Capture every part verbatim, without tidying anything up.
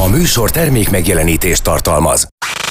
A műsor termék megjelenítést tartalmaz.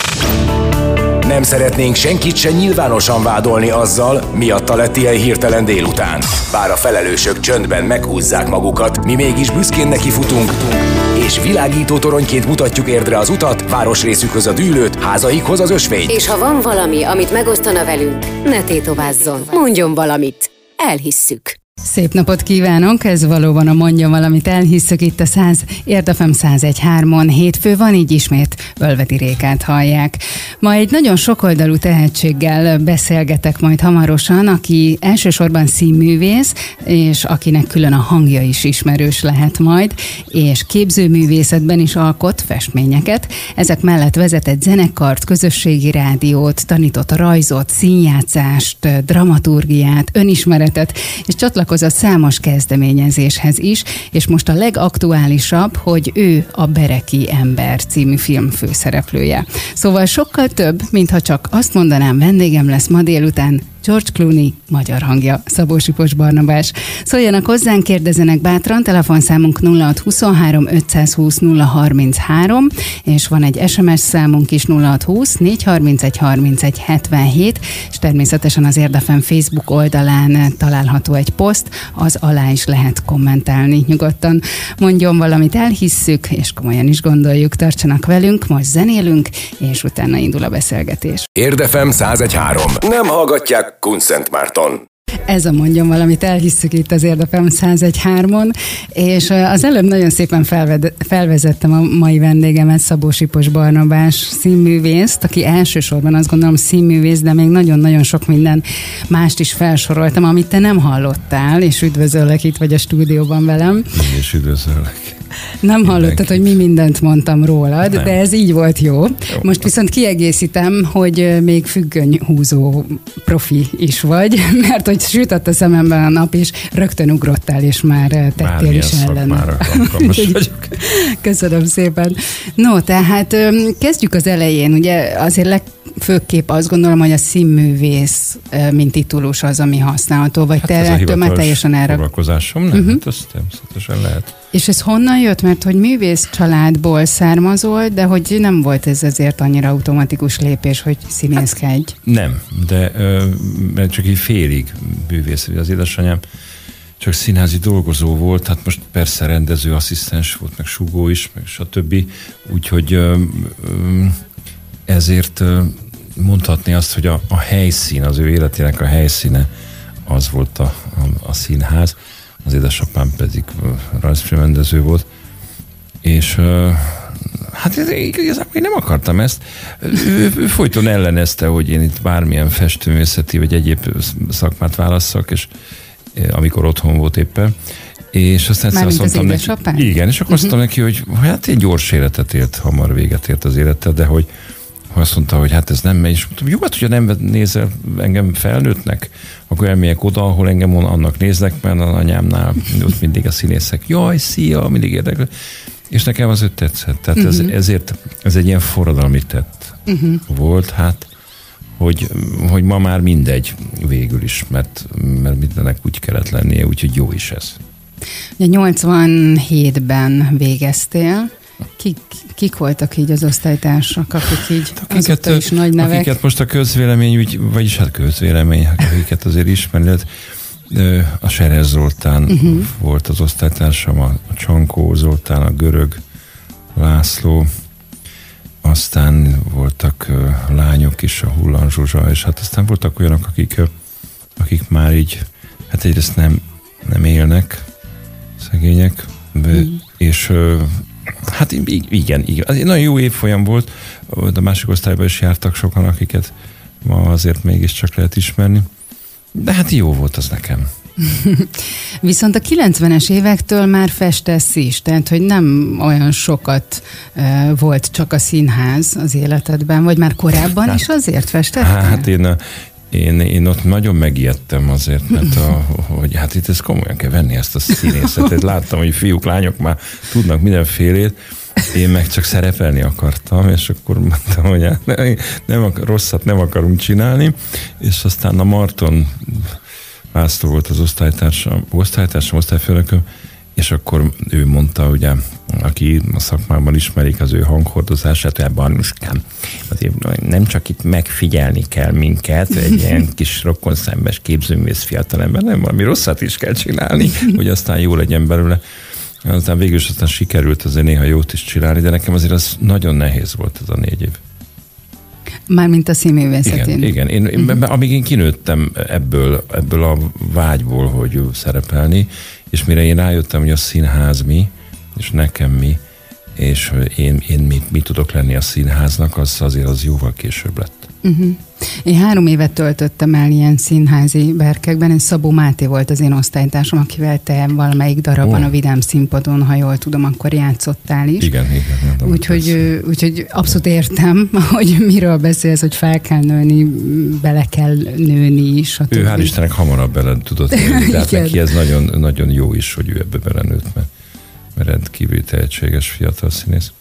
Nem szeretnénk senkit se nyilvánosan vádolni azzal, miatta lett ilyen hirtelen délután. Bár a felelősök csöndben meghúzzák magukat, mi mégis büszkén nekifutunk, és világító toronyként mutatjuk Érdre az utat, városrészükhöz a dűlőt, házaikhoz az ösvényt. És ha van valami, amit megosztana velünk, ne tétovázzon, mondjon valamit. Elhisszük. Szép napot kívánok, ez valóban a Mondjon Valamit, elhisszük itt a száz, Érd ef em száz egy pont három-on. Hétfő van, így ismét Ölvedi Rékát hallják. Ma egy nagyon sokoldalú tehetséggel beszélgetek majd hamarosan, aki elsősorban színművész, és akinek külön a hangja is ismerős lehet majd, és képzőművészetben is alkot festményeket. Ezek mellett vezetett zenekart, közösségi rádiót, tanított rajzot, színjátszást, dramaturgiát, önismeretet, és csatlakozott számos kezdeményezéshez is, és most a legaktuálisabb, hogy ő a Bereki ember című film főszereplője. Szóval sokkal több, mintha csak azt mondanám, vendégem lesz ma délután George Clooney, magyar hangja, Szabó Sipos Barnabás. Szóljanak hozzánk, kérdezenek bátran, telefonszámunk nulla hat huszonhárom ötszázhúsz nulla harminchárom, és van egy es em es számunk is nulla hat húsz négyszázharmincegy harmincegy hetvenhét, és természetesen az Érd ef em Facebook oldalán található egy poszt, az alá is lehet kommentálni nyugodtan. Mondjon valamit, elhisszük, és komolyan is gondoljuk, tartsanak velünk, most zenélünk, és utána indul a beszélgetés. Érd ef em száz egy pont három. Nem hallgatják Kunszent Márton. Ez a Mondjon Valamit, elhisszük itt az Érd ef em száz egy pont három-on, és az előbb nagyon szépen felved, felvezettem a mai vendégemet, Szabó Sipos Barnabás színművészt, aki elsősorban azt gondolom színművész, de még nagyon-nagyon sok minden mást is felsoroltam, amit te nem hallottál, és üdvözöllek, itt vagy a stúdióban velem. Én is üdvözöllek. Nem hallottad, hogy mi mindent mondtam rólad, nem. De ez így volt jó. jó. Most viszont kiegészítem, hogy még függönyhúzó profi is vagy, mert hogy sütött a szememben a nap, és rögtön ugrottál, és már tettél Bármilyen is ellen. Köszönöm szépen. No, tehát kezdjük az elején. Ugye azért legfőképp azt gondolom, hogy a színművész, mint titulus az, ami használható, vagy hát te ettől már teljesen erre. Foglalkozásom, nem? Uh-huh. Hát ez természetesen lehet. És ez honnan jött? Mert hogy művész családból származol, de hogy nem volt ez azért annyira automatikus lépés, hogy színészkedj? Hát, nem, de mert csak így félig művész. Az édesanyám csak színházi dolgozó volt, hát most persze rendező, asszisztens volt, meg sugó is, meg stb. Úgyhogy ezért mondhatni azt, hogy a, a helyszín, az ő életének a helyszíne az volt a, a, a színház. Az édesapám pedig rajzfilmrendező volt, és hát igazából én nem akartam ezt. Ő, ő folyton ellenezte, hogy én itt bármilyen festőművészeti vagy egyéb szakmát válasszak, és amikor otthon volt éppen. És aztán azt mondtam neki, igen, és akkor uh-huh. azt mondtam neki, hogy hát egy gyors életet élt, hamar véget ért az élete, de hogy azt mondta, hogy hát ez nem megy, és mondtam, jó, hát hogyha nem nézel engem felnőttnek, akkor elmegyek oda, ahol engem annak néznek, mert az anyámnál ott mindig a színészek, jaj, szia, mindig érdekel. És nekem az ő tetszett. Tehát uh-huh. ez, ezért ez egy ilyen forradalmi tett uh-huh. volt, hát, hogy, hogy ma már mindegy végül is, mert, mert mindennek úgy kellett lennie, úgyhogy jó is ez. Ugye nyolcvanhétben végeztél. Kik, kik voltak így az osztálytársak, akik így akiket, azóta is nagy nevek? Akiket most a közvélemény, úgy, vagyis hát közvélemény, akiket azért ismerlet. A Serez Zoltán uh-huh. volt az osztálytársam, a Csankó Zoltán, a Görög László, aztán voltak uh, lányok is, a Hullan Zsuzsa, és hát aztán voltak olyanok, akik, uh, akik már így, hát egyrészt nem, nem élnek, szegények, uh-huh. és uh, hát igen, igen. Az egy nagyon jó évfolyam volt, de a másik osztályban is jártak sokan, akiket ma azért mégiscsak lehet ismerni. De hát jó volt az nekem. Viszont a kilencvenes évektől már festesz is, tehát hogy nem olyan sokat uh, volt csak a színház az életedben, vagy már korábban hát, is azért festettél? Hát én, én, én ott nagyon megijedtem azért, mert a, hogy hát itt ezt komolyan kell venni, ezt a színészetet. Láttam, hogy fiúk, lányok már tudnak mindenfélét, én meg csak szerepelni akartam, és akkor mondtam, hogy hát nem, nem, rosszat nem akarunk csinálni, és aztán a Marton László volt az osztálytársam, osztálytársam, osztályfőnököm, és akkor ő mondta, ugye, aki a szakmában ismerik az ő hanghordozását, hogy Barnuskám, azért nem csak itt megfigyelni kell minket, egy ilyen kis rokkonszembes képzőművész fiatalember, nem valami rosszat is kell csinálni, hogy aztán jó legyen belőle. Aztán végül is aztán sikerült azért néha jót is csinálni, de nekem azért az nagyon nehéz volt ez a négy év. Mármint a színművészetén. Igen, igen. Én, én, uh-huh. amíg én kinőttem ebből, ebből a vágyból, hogy szerepelni, és mire én rájöttem, hogy a színház mi, és nekem mi, és én, én mit, mit tudok lenni a színháznak, az azért az jóval később lett. Uh-huh. Én három évet töltöttem el ilyen színházi berkekben, és Szabó Máté volt az én osztálytársam, akivel te valamelyik darabban oh. a Vidám Színpadon, ha jól tudom, akkor játszottál is. Igen, igen. Úgyhogy, úgyhogy abszolút értem, hogy miről beszélsz, hogy fel kell nőni, bele kell nőni is. Ő hál' Istennek hamarabb bele tudott nőni, de hát neki ez nagyon, nagyon jó is, hogy ő ebbe belenőtt, mert, mert rendkívül tehetséges fiatal színész.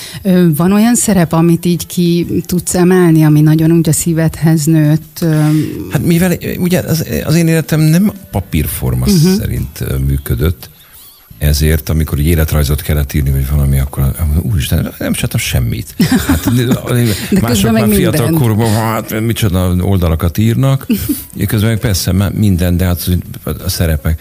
Van olyan szerep, amit így ki tudsz emelni, ami nagyon úgy a szívedhez nőtt? Hát mivel ugye az, az én életem nem papírforma uh-huh. szerint működött, ezért amikor egy életrajzot kellett írni, vagy valami, akkor úristen, nem csináltam semmit. Hát, mások már fiatal korban, hát micsoda oldalakat írnak, közben meg persze minden, de hát a szerepek.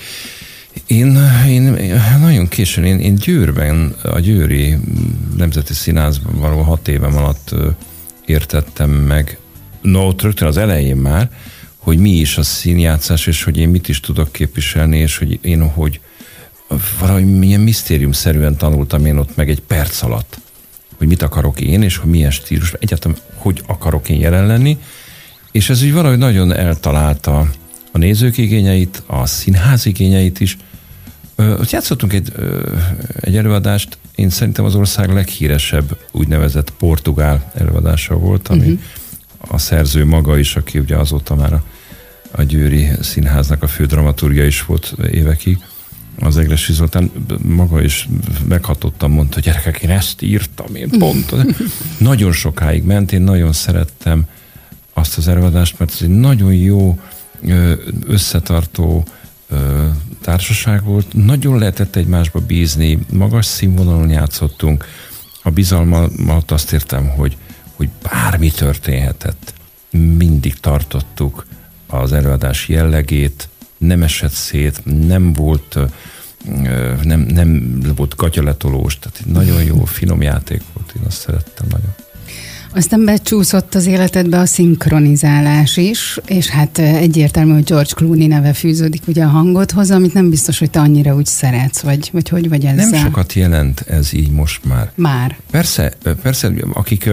Én, én nagyon későn, én, én Győrben, a Győri Nemzeti Színházban való hat évem alatt értettem meg, no, ott rögtön az elején már, hogy mi is a színjátszás, és hogy én mit is tudok képviselni, és hogy én hogy valahogy milyen misztériumszerűen tanultam én ott meg egy perc alatt, hogy mit akarok én, és hogy milyen stílus, egyáltalán hogy akarok én jelen lenni, és ez úgy valahogy nagyon eltalálta a nézők igényeit, a színház igényeit is. Ott játszottunk egy, egy előadást, én szerintem az ország leghíresebb úgynevezett portugál előadása volt, ami uh-huh. a szerző maga is, aki ugye azóta már a, a Győri Színháznak a fő dramaturgia is volt évekig. Az Egressy Zoltán maga is meghatottan mondta, hogy gyerekek, én ezt írtam, én pont. Nagyon sokáig ment, én nagyon szerettem azt az előadást, mert ez egy nagyon jó összetartó társaság volt, nagyon lehetett egymásba bízni, magas színvonalon játszottunk, a bizalmat azt értem, hogy, hogy bármi történhetett, mindig tartottuk az előadás jellegét, nem esett szét, nem volt nem, nem volt gatyaletolós, tehát nagyon jó, finom játék volt, én azt szerettem nagyon. Aztán becsúszott az életedbe a szinkronizálás is, és hát egyértelmű, hogy George Clooney neve fűződik ugye a hangodhoz, amit nem biztos, hogy te annyira úgy szeretsz, vagy, vagy hogy vagy ezzel? Nem sokat jelent ez így most már. Már. Persze, persze, akik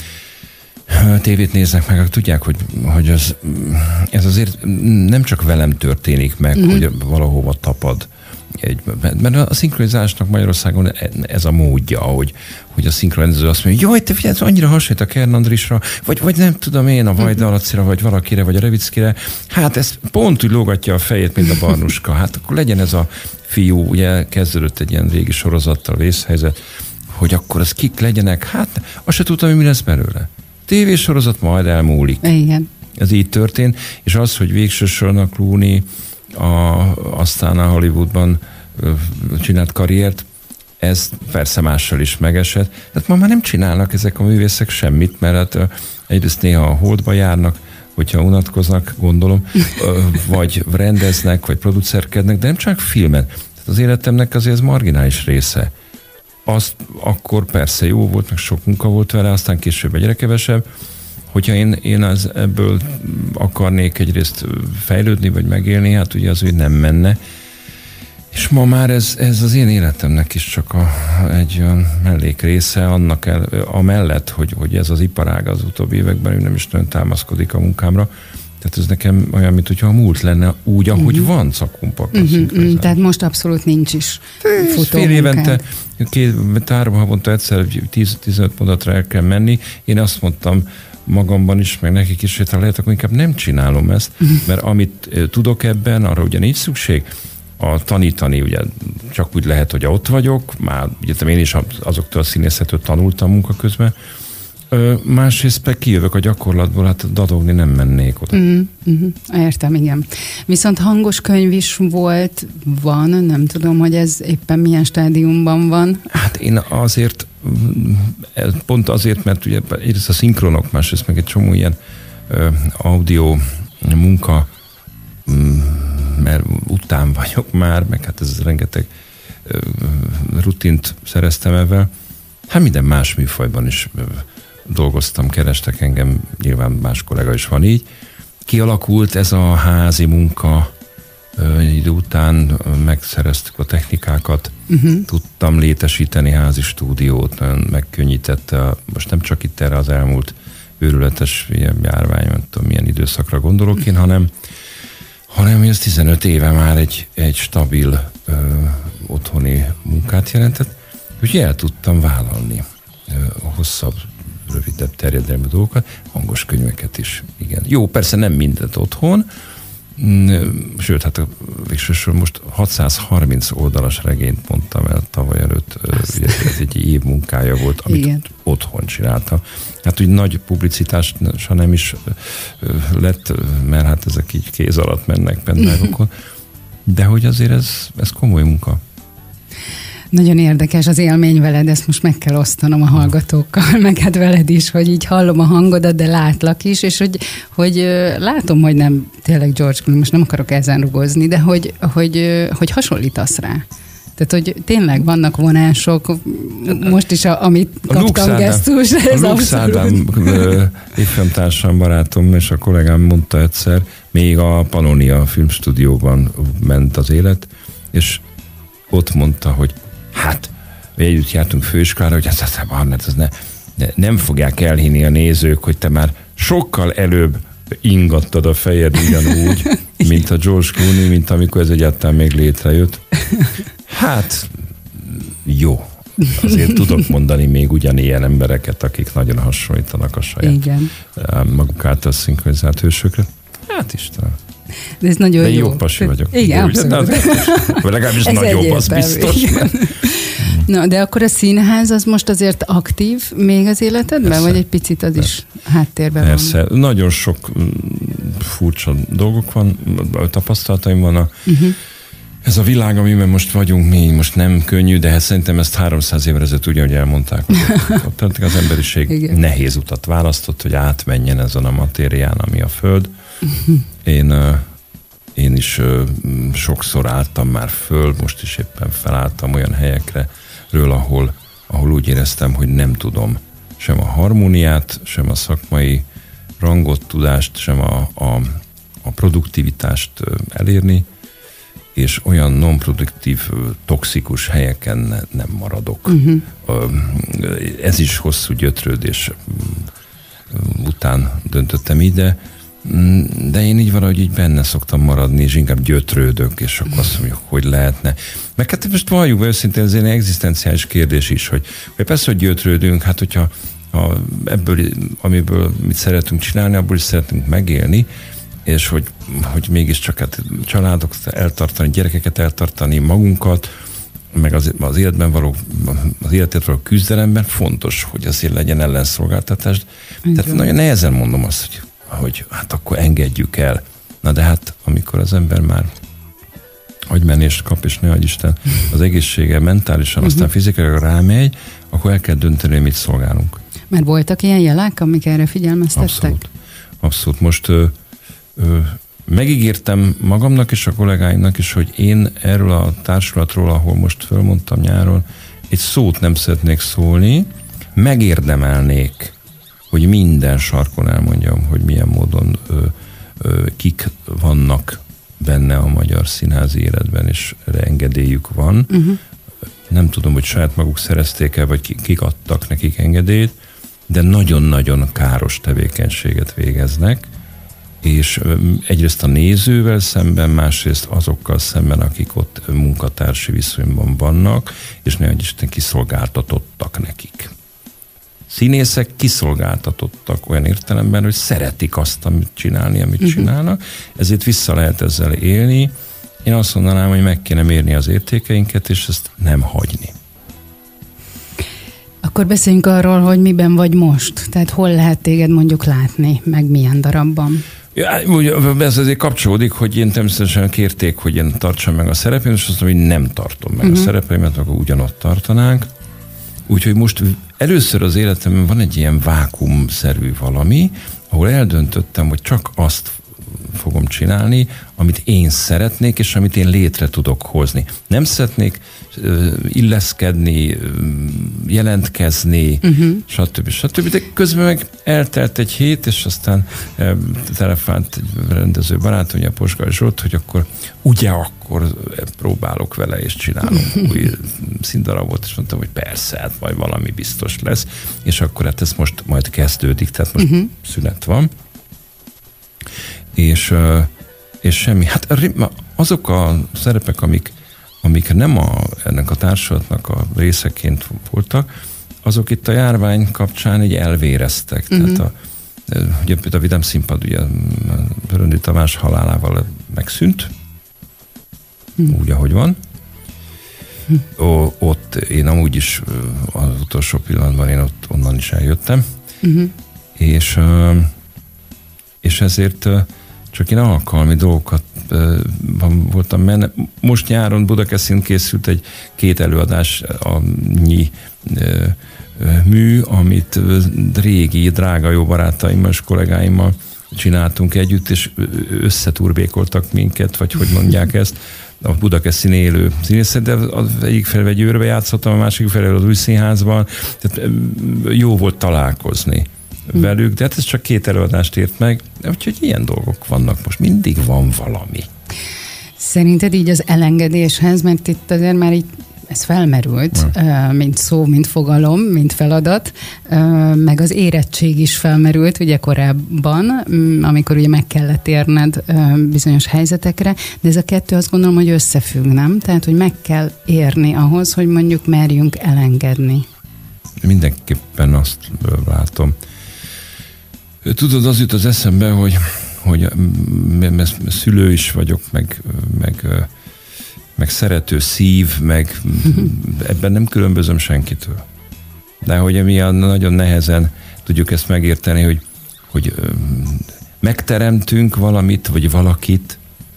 tévét néznek meg, tudják, hogy, hogy ez, ez azért nem csak velem történik meg, mm-hmm. hogy valahova tapad. Egy, mert a szinkronizálásnak Magyarországon ez a módja, hogy, hogy a szinkronizáló azt mondja, jaj, te figyelj, annyira hasonlít a Kern Andrisra, vagy, vagy nem tudom én, a Vajda Lacira, vagy valakire, vagy a Revickire, hát ez pont úgy lógatja a fejét, mint a Barnuska. Hát akkor legyen ez a fiú, ugye kezdődött egy ilyen régi sorozattal, vészhelyzet, hogy akkor az kik legyenek, hát azt se tudtam, hogy mi lesz belőle. Tévésorozat majd elmúlik. Igen. Ez így történt, és az, hogy végső soron a Clooney A, aztán a Hollywoodban csinált karriert, ez persze mással is megesett. Hát ma már nem csinálnak ezek a művészek semmit, mert hát egyrészt néha a holdba járnak, hogyha unatkoznak, gondolom, vagy rendeznek, vagy producerkednek, de nem csak filmen. Tehát az életemnek azért ez marginális része. Az akkor persze jó volt, meg sok munka volt vele, aztán később egyre kevesebb. Hogyha én, én az, ebből akarnék egyrészt fejlődni, vagy megélni, hát ugye az úgy nem menne. És ma már ez, ez az én életemnek is csak a, egy olyan mellék része, annak el, amellett, hogy, hogy ez az iparág az utóbbi években nem is nagyon támaszkodik a munkámra. Tehát ez nekem olyan, mint hogyha a múlt lenne úgy, ahogy uh-huh. van Cakumpak. Uh-huh, uh-huh. Tehát most abszolút nincs is futómunkád. Fél évente, két, három havonta egyszer tíz-tizenöt mondatra el kell menni. Én azt mondtam magamban is, meg nekik is, hogy ha lehet, akkor inkább nem csinálom ezt, mert amit tudok ebben, arra ugye nincs szükség. A tanítani ugye csak úgy lehet, hogy ott vagyok, már ugye én is azoktól a színészetől tanultam munka közben, Ö, másrészt meg kijövök a gyakorlatból, hát dadogni nem mennék oda. Uh-huh, uh-huh. Értem, igen. Viszont hangos könyv is volt, van, nem tudom, hogy ez éppen milyen stádiumban van. Hát én azért, pont azért, mert ugye egyrészt a szinkronok, másrészt meg egy csomó ilyen ö, audio munka, mert után vagyok már, meg hát ez rengeteg ö, rutint szereztem ebben. Hát minden más műfajban is ö, dolgoztam, kerestek engem, nyilván más kollega is van így. Kialakult ez a házi munka, idő után megszereztük a technikákat, uh-huh. tudtam létesíteni házi stúdiót, nagyon megkönnyítette, most nem csak itt erre az elmúlt őrületes ilyen járvány, nem tudom milyen időszakra gondolok én, hanem, hanem ez tizenöt éve már egy, egy stabil ö, otthoni munkát jelentett, úgyhogy el tudtam vállalni ö, hosszabb, rövidebb terjedelmű dolgokat, hangos könyveket is, igen. Jó, persze nem mindent otthon, sőt, hát végsősorban most hatszázharminc oldalas regényt mondtam el tavaly előtt, ugye, ez egy év munkája volt, amit igen. otthon csináltam. Hát úgy nagy publicitás nem is lett, mert hát ezek így kéz alatt mennek pendrive-okon, de hogy azért ez, ez komoly munka. Nagyon érdekes az élmény veled, ezt most meg kell osztanom a hallgatókkal, meg hát veled is, hogy így hallom a hangodat, de látlak is, és hogy, hogy látom, hogy nem tényleg George Clooney, most nem akarok ezen rugozni, de hogy, hogy, hogy hasonlítasz rá. Tehát, hogy tényleg vannak vonások, most is, a, amit kaptam gesztus, ez a Lux Ádám évfilmtársam, barátom és a kollégám mondta egyszer, még a Pannonia filmstúdióban ment az élet, és ott mondta, hogy hát, mi együtt jártunk főiskolára, hogy ez, ez ne, ne, nem fogják elhinni a nézők, hogy te már sokkal előbb ingattad a fejed ugyanúgy, mint a George Clooney, mint amikor ez egyáltalán még létrejött. Hát, jó. Azért tudok mondani még ugyanilyen embereket, akik nagyon hasonlítanak a saját igen. maguk által szinkronizált hősökre. Hát Istenem. De ez nagyon de jó. jó pasi vagyok. Igen, abszolút. Vagy legalábbis nagyobb, az biztos. Na, de akkor a színház az most azért aktív még az életedben? Persze. Vagy egy picit az persze. is háttérben persze. van? Nagyon sok furcsa dolgok van, tapasztalataim vannak. Uh-huh. Ez a világ, amiben most vagyunk, mi most nem könnyű, de hát szerintem ezt háromszáz évvel ezelőtt ugyanúgy elmondták. Ott, ott az emberiség igen. nehéz utat választott, hogy átmenjen ezen a matérián, ami a Föld. Uh-huh. Én, én is sokszor álltam már föl, most is éppen felálltam olyan helyekre, ről, ahol, ahol úgy éreztem, hogy nem tudom sem a harmóniát, sem a szakmai rangot, tudást, sem a, a, a produktivitást elérni, és olyan non-produktív, toxikus helyeken nem maradok. Uh-huh. Ez is hosszú gyötrődés után döntöttem ide, de én így valahogy így benne szoktam maradni, és inkább gyötrődök, és akkor azt mondjuk, hogy lehetne. Meg hát most valljuk be őszintén, ez egy egzisztenciális kérdés is, hogy, hogy persze, hogy gyötrődünk, hát hogyha a, ebből, amiből mit szeretünk csinálni, abból is szeretünk megélni, és hogy, hogy mégiscsak hát családok eltartani, gyerekeket eltartani, magunkat, meg az, az életben való, az életet való küzdelemben fontos, hogy azért legyen ellenszolgáltatás. Tehát nagyon nehezen mondom azt, hogy hogy hát akkor engedjük el. Na de hát, amikor az ember már agymenést kap, és ne adj Isten, az egészsége mentálisan, aztán fizikailag rámegy, akkor el kell dönteni, hogy mit szolgálunk. Mert voltak ilyen jelek, amik erre figyelmeztettek? Abszolút. Abszolút. Most ö, ö, megígértem magamnak és a kollégáimnak is, hogy én erről a társulatról, ahol most fölmondtam nyáron, egy szót nem szeretnék szólni, megérdemelnék, hogy minden sarkon elmondjam, hogy milyen módon ö, ö, kik vannak benne a magyar színházi életben, és erre engedélyük van. Uh-huh. Nem tudom, hogy saját maguk szerezték el, vagy kik adtak nekik engedélyt, de nagyon-nagyon káros tevékenységet végeznek, és ö, egyrészt a nézővel szemben, másrészt azokkal szemben, akik ott munkatársi viszonyban vannak, és ne adj Isten, kiszolgáltatottak nekik. Színészek kiszolgáltatottak olyan értelemben, hogy szeretik azt, amit csinálni, amit uh-huh. csinálnak, ezért vissza lehet ezzel élni. Én azt mondanám, hogy meg kéne mérni az értékeinket, és ezt nem hagyni. A Akkor beszéljünk arról, hogy miben vagy most. Tehát hol lehet téged mondjuk látni, meg milyen darabban. Ja, ez azért kapcsolódik, hogy én természetesen kérték, hogy én tartsam meg a szerepem, és azt mondom, hogy nem tartom meg uh-huh. a szerepeimet, akkor ugyanott tartanánk. Úgyhogy most először az életemben van egy ilyen vákuumszerű valami, ahol eldöntöttem, hogy csak azt fogom csinálni, amit én szeretnék, és amit én létre tudok hozni. Nem szeretnék uh, illeszkedni, uh, jelentkezni, uh-huh. stb. stb. De közben meg eltelt egy hét, és aztán uh, telefonált egy rendező barátom, a Posgai Zsolt, hogy akkor ugye akkor próbálok vele, és csinálok új színdarabot, és mondtam, hogy persze, hát majd valami biztos lesz, és akkor hát ez most majd kezdődik, tehát most uh-huh. szünet van. És, és semmi. Hát azok a szerepek, amik, amik nem a, ennek a társulatnak a részeként voltak, azok itt a járvány kapcsán így elvéreztek. Uh-huh. Tehát a, ugye a Vidám Színpad ugye Vöröndi Tamás halálával megszűnt, uh-huh. úgy, ahogy van. Uh-huh. O, ott én amúgy is az utolsó pillanatban én ott onnan is eljöttem. Uh-huh. És és ezért csak én alkalmi dolgokat voltam benne. Most nyáron Budakeszin készült egy két előadás annyi mű, amit régi, drága jó barátaimmal és kollégáimmal csináltunk együtt, és összeturbékoltak minket, vagy hogy mondják ezt, a Budakeszin élő színészet, de az egyik felé egy Győrbe játszottam, a másik felé az Új Színházban, tehát jó volt találkozni velük, de hát ez csak két előadást ért meg, úgyhogy ilyen dolgok vannak most, mindig van valami. Szerinted így az elengedéshez, mert itt azért már így ez felmerült, ja. mint szó, mint fogalom, mint feladat, meg az érettség is felmerült, ugye korábban, amikor ugye meg kellett érned bizonyos helyzetekre, de ez a kettő azt gondolom, hogy összefügg, nem? Tehát, hogy meg kell érni ahhoz, hogy mondjuk merjünk elengedni. Mindenképpen azt látom. Tudod, az jut az eszembe, hogy, hogy szülő is vagyok, meg, meg, meg szerető szív, meg ebben nem különbözöm senkitől. De hogy mi nagyon nehezen tudjuk ezt megérteni, hogy, hogy megteremtünk valamit, vagy valakit,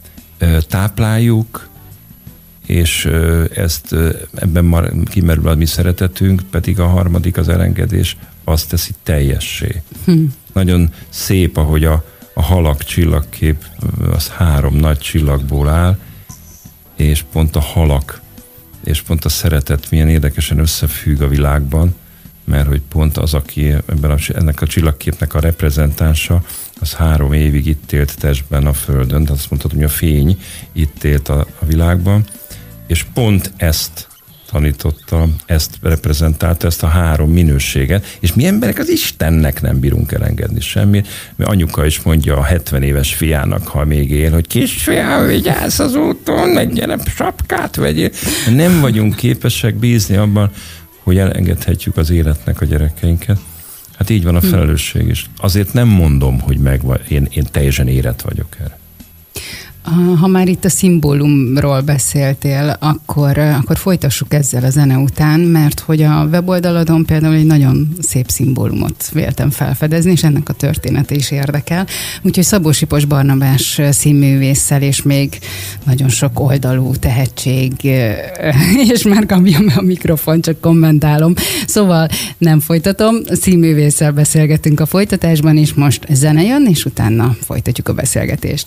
tápláljuk, és ezt ebben már kimerül a mi szeretetünk, pedig a harmadik, az elengedés, azt teszi teljessé. Hm. Nagyon szép, ahogy a, a halak csillagkép, az három nagy csillagból áll, és pont a halak, és pont a szeretet milyen érdekesen összefügg a világban, mert hogy pont az, aki ebben a, ennek a csillagképnek a reprezentánsa, az három évig itt élt testben a Földön, tehát azt mondhatod, hogy a fény itt élt a, a világban, és pont ezt tanította, ezt reprezentálta, ezt a három minőséget, és mi emberek az Istennek nem bírunk elengedni semmit, mert anyuka is mondja a hetven éves fiának, ha még él, hogy kisfiam, vigyázz az úton, meg gyere, sapkát vegyél. Nem vagyunk képesek bízni abban, hogy elengedhetjük az életnek a gyerekeinket. Hát így van a felelősség is. Azért nem mondom, hogy meg, én, én teljesen érett vagyok erre. Ha már itt a szimbólumról beszéltél, akkor, akkor folytassuk ezzel a zene után, mert hogy a weboldaladon például egy nagyon szép szimbólumot véltem felfedezni, és ennek a története is érdekel. Úgyhogy Szabó Sipos Barnabás színművésszel, és még nagyon sok oldalú tehetség, és már kapjam a mikrofon, csak kommentálom. Szóval nem folytatom, színművésszel beszélgetünk a folytatásban, és most zene jön, és utána folytatjuk a beszélgetést.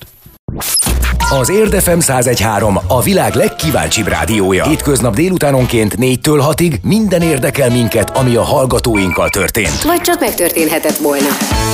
Az Érd ef em száz egy három a világ legkíváncsibb rádiója. Hétköznap délutánonként négytől hatig minden érdekel minket, ami a hallgatóinkkal történt. Vagy csak megtörténhetett volna.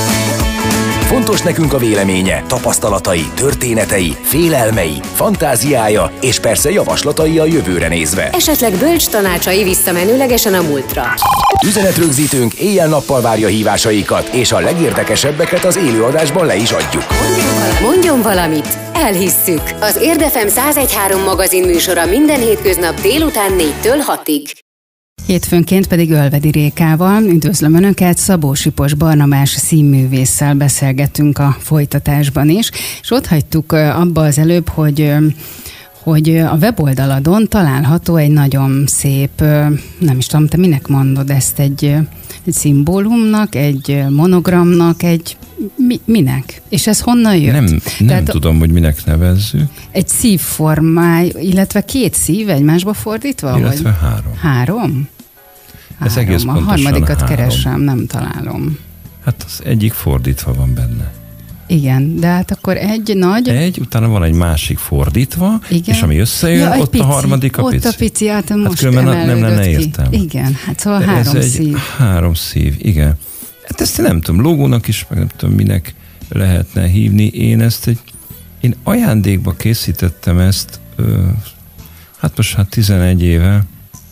Fontos nekünk a véleménye, tapasztalatai, történetei, félelmei, fantáziája és persze javaslatai a jövőre nézve. Esetleg bölcs tanácsai visszamenőlegesen a múltra. Üzenetrögzítőnk éjjel-nappal várja hívásaikat, és a legérdekesebbeket az élőadásban le is adjuk. Mondjon valamit, elhisszük. Az Érd ef em száz egy három magazin műsora minden hétköznap délután négytől hatig. Hétfőnként pedig Ölvedi Rékával, üdvözlöm Önöket, Szabó Sipos Barnabás színművésszel beszélgetünk a folytatásban is, és ott hagytuk abba az előbb, hogy hogy a weboldaladon található egy nagyon szép, nem is tudom, te minek mondod ezt, egy, egy szimbólumnak, egy monogramnak, egy mi, minek? És ez honnan jött? Nem, nem Tehát tudom, hogy minek nevezzük. Egy szívformáj, illetve két szív egymásba fordítva? Illetve vagy? három. Három? Ez három. egész pontosan a harmadikat három. keresem, nem találom. Hát az egyik fordítva van benne. Igen, de hát akkor egy nagy... Egy, utána van egy másik fordítva, igen. És ami összejön, ja, ott pici, a harmadik a pici. Ott a pici, hát most hát különben nem lenne értem. Igen, hát szóval de három ez szív. Egy három szív, igen. Hát ezt nem tudom, logónak is, meg nem tudom, minek lehetne hívni. Én ezt egy, én ajándékba készítettem ezt, ö, hát most hát tizenegy éve.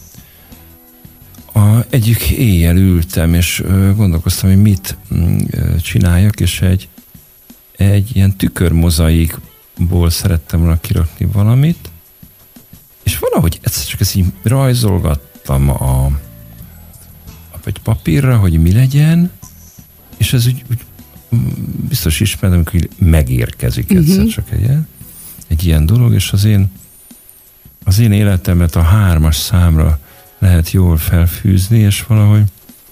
A, egyik éjjel ültem, és ö, gondolkoztam, hogy mit ö, csináljak, és egy egy ilyen tükörmozaikból szerettem volna kirakni valamit, és valahogy egyszer csak ezt így rajzolgattam a, a egy papírra, hogy mi legyen, és ez úgy, úgy biztos ismerem, amikor megérkezik uh-huh. egyszer csak egy ilyen, egy ilyen dolog, és az én az én életemet a hármas számra lehet jól felfűzni, és valahogy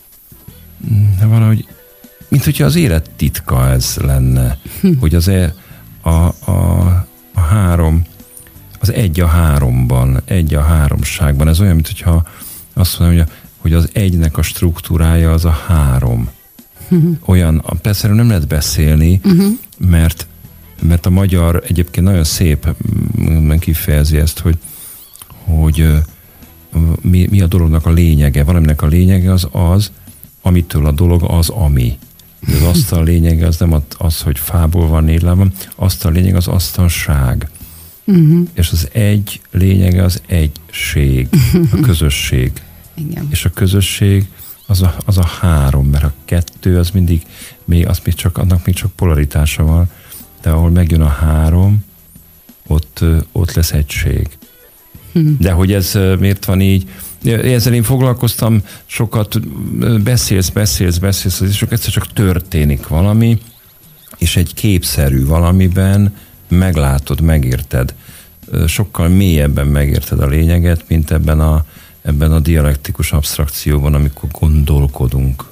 valahogy mint hogyha az élet titka ez lenne, hm. hogy az e, a, a, a három, az egy a háromban, egy a háromságban, ez olyan, mint hogyha azt mondom, hogy, a, hogy az egynek a struktúrája az a három. Hm. Olyan, persze nem lehet beszélni, hm. mert, mert a magyar egyébként nagyon szép kifejezi ezt, hogy, hogy mi, mi a dolognak a lényege. Valaminek a lényege az az, amitől a dolog az, ami. Az asztal lényege az nem az, hogy fából van, négy lábam, asztal lényeg az asztalság. Uh-huh. És az egy lényege az egység, a közösség. Igen. És a közösség az a, az a három, mert a kettő az mindig, még, az még csak, annak még csak polaritása van, de ahol megjön a három, ott, ott lesz egység. Uh-huh. De hogy ez miért van így, ezzel én foglalkoztam, sokat beszélsz, beszélsz, beszélsz, és sok egyszer csak történik valami, és egy képszerű valamiben meglátod, megérted. Sokkal mélyebben megérted a lényeget, mint ebben a, ebben a dialektikus absztrakcióban, amikor gondolkodunk.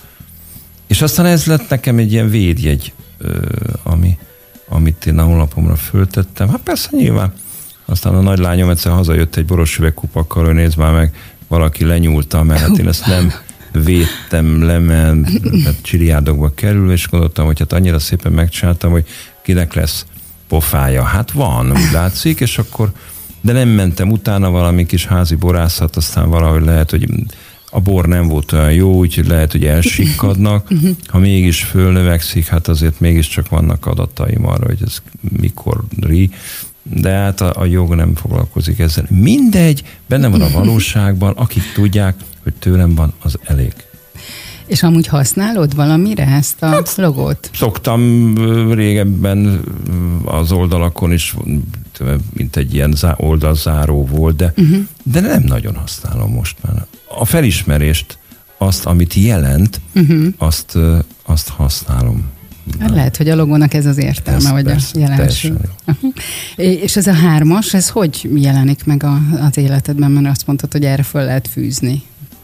És aztán ez lett nekem egy ilyen védjegy, ami, amit én a honlapomra föltettem. Hát persze nyilván. Aztán a nagylányom egyszer hazajött egy boros üvegkupakkal, hogy nézd már meg, valaki lenyúlta, mert hát én ezt nem védtem le, mert csiliárdokba kerül, és gondoltam, hogy hát annyira szépen megcsináltam, hogy kinek lesz pofája. Hát van, úgy látszik, és akkor, de nem mentem utána, valami kis házi borászat, aztán valahogy lehet, hogy a bor nem volt olyan jó, úgyhogy lehet, hogy elsikkadnak. Ha mégis fölnövekszik, hát azért mégiscsak vannak adataim arra, hogy ez mikor ri. De hát a, a jog nem foglalkozik ezzel. Mindegy, benne van a valóságban, akik tudják, hogy tőlem van, az elég. És amúgy használod valamire ezt a hát, logót? Szoktam régebben az oldalakon is, mint egy ilyen oldalzáró volt, de, uh-huh. de nem nagyon használom most már. A felismerést, azt, amit jelent, uh-huh. azt, azt használom. Nem. Lehet, hogy a logónak ez az értelme, ez vagy persze, a jelenség. Uh-huh. És ez a hármas, ez hogy jelenik meg a, az életedben, mert azt mondtad, hogy erre föl lehet fűzni?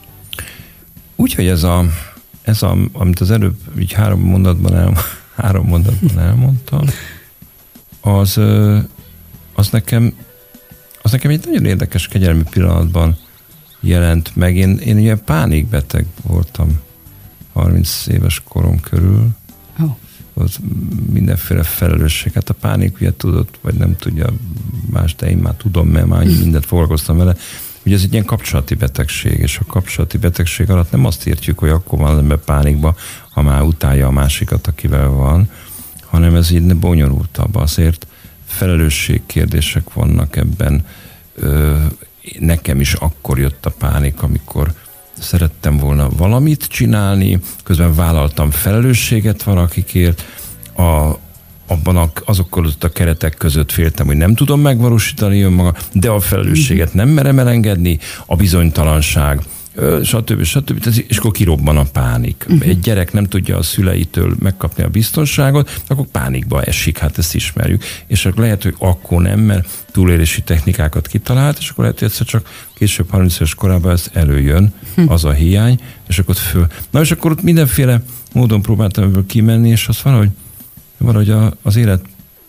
Úgyhogy ez a, ez a, amit az előbb így három mondatban, el, három mondatban elmondtam, az, az nekem az nekem egy nagyon érdekes kegyelmi pillanatban jelent meg. Én, én ilyen pánikbeteg voltam harminc éves korom körül. Oh. Volt mindenféle felelősség. Hát a pánik ugye tudod, vagy nem tudja más, de én már tudom, mert már mindent foglalkoztam vele. Ugye ez egy ilyen kapcsolati betegség, és a kapcsolati betegség alatt nem azt értjük, hogy akkor van az ember pánikba, ha már utálja a másikat, akivel van, hanem ez így bonyolultabb. Azért felelősségkérdések vannak ebben. Ö, nekem is akkor jött a pánik, amikor szerettem volna valamit csinálni, közben vállaltam felelősséget valakikért, a, abban a, azok között a keretek között féltem, hogy nem tudom megvalósítani önmaga, de a felelősséget nem merem elengedni, a bizonytalanság stb. stb. És akkor kirobban a pánik. Uh-huh. Egy gyerek nem tudja a szüleitől megkapni a biztonságot, akkor pánikba esik, hát ezt ismerjük. És akkor lehet, hogy akkor nem, mert túlélési technikákat kitalált, és akkor lehet, hogy egyszer csak később harminc éves korában ez előjön, uh-huh. az a hiány, és akkor föl. Na és akkor ott mindenféle módon próbáltam ebből kimenni, és azt valahogy, valahogy a, az élet,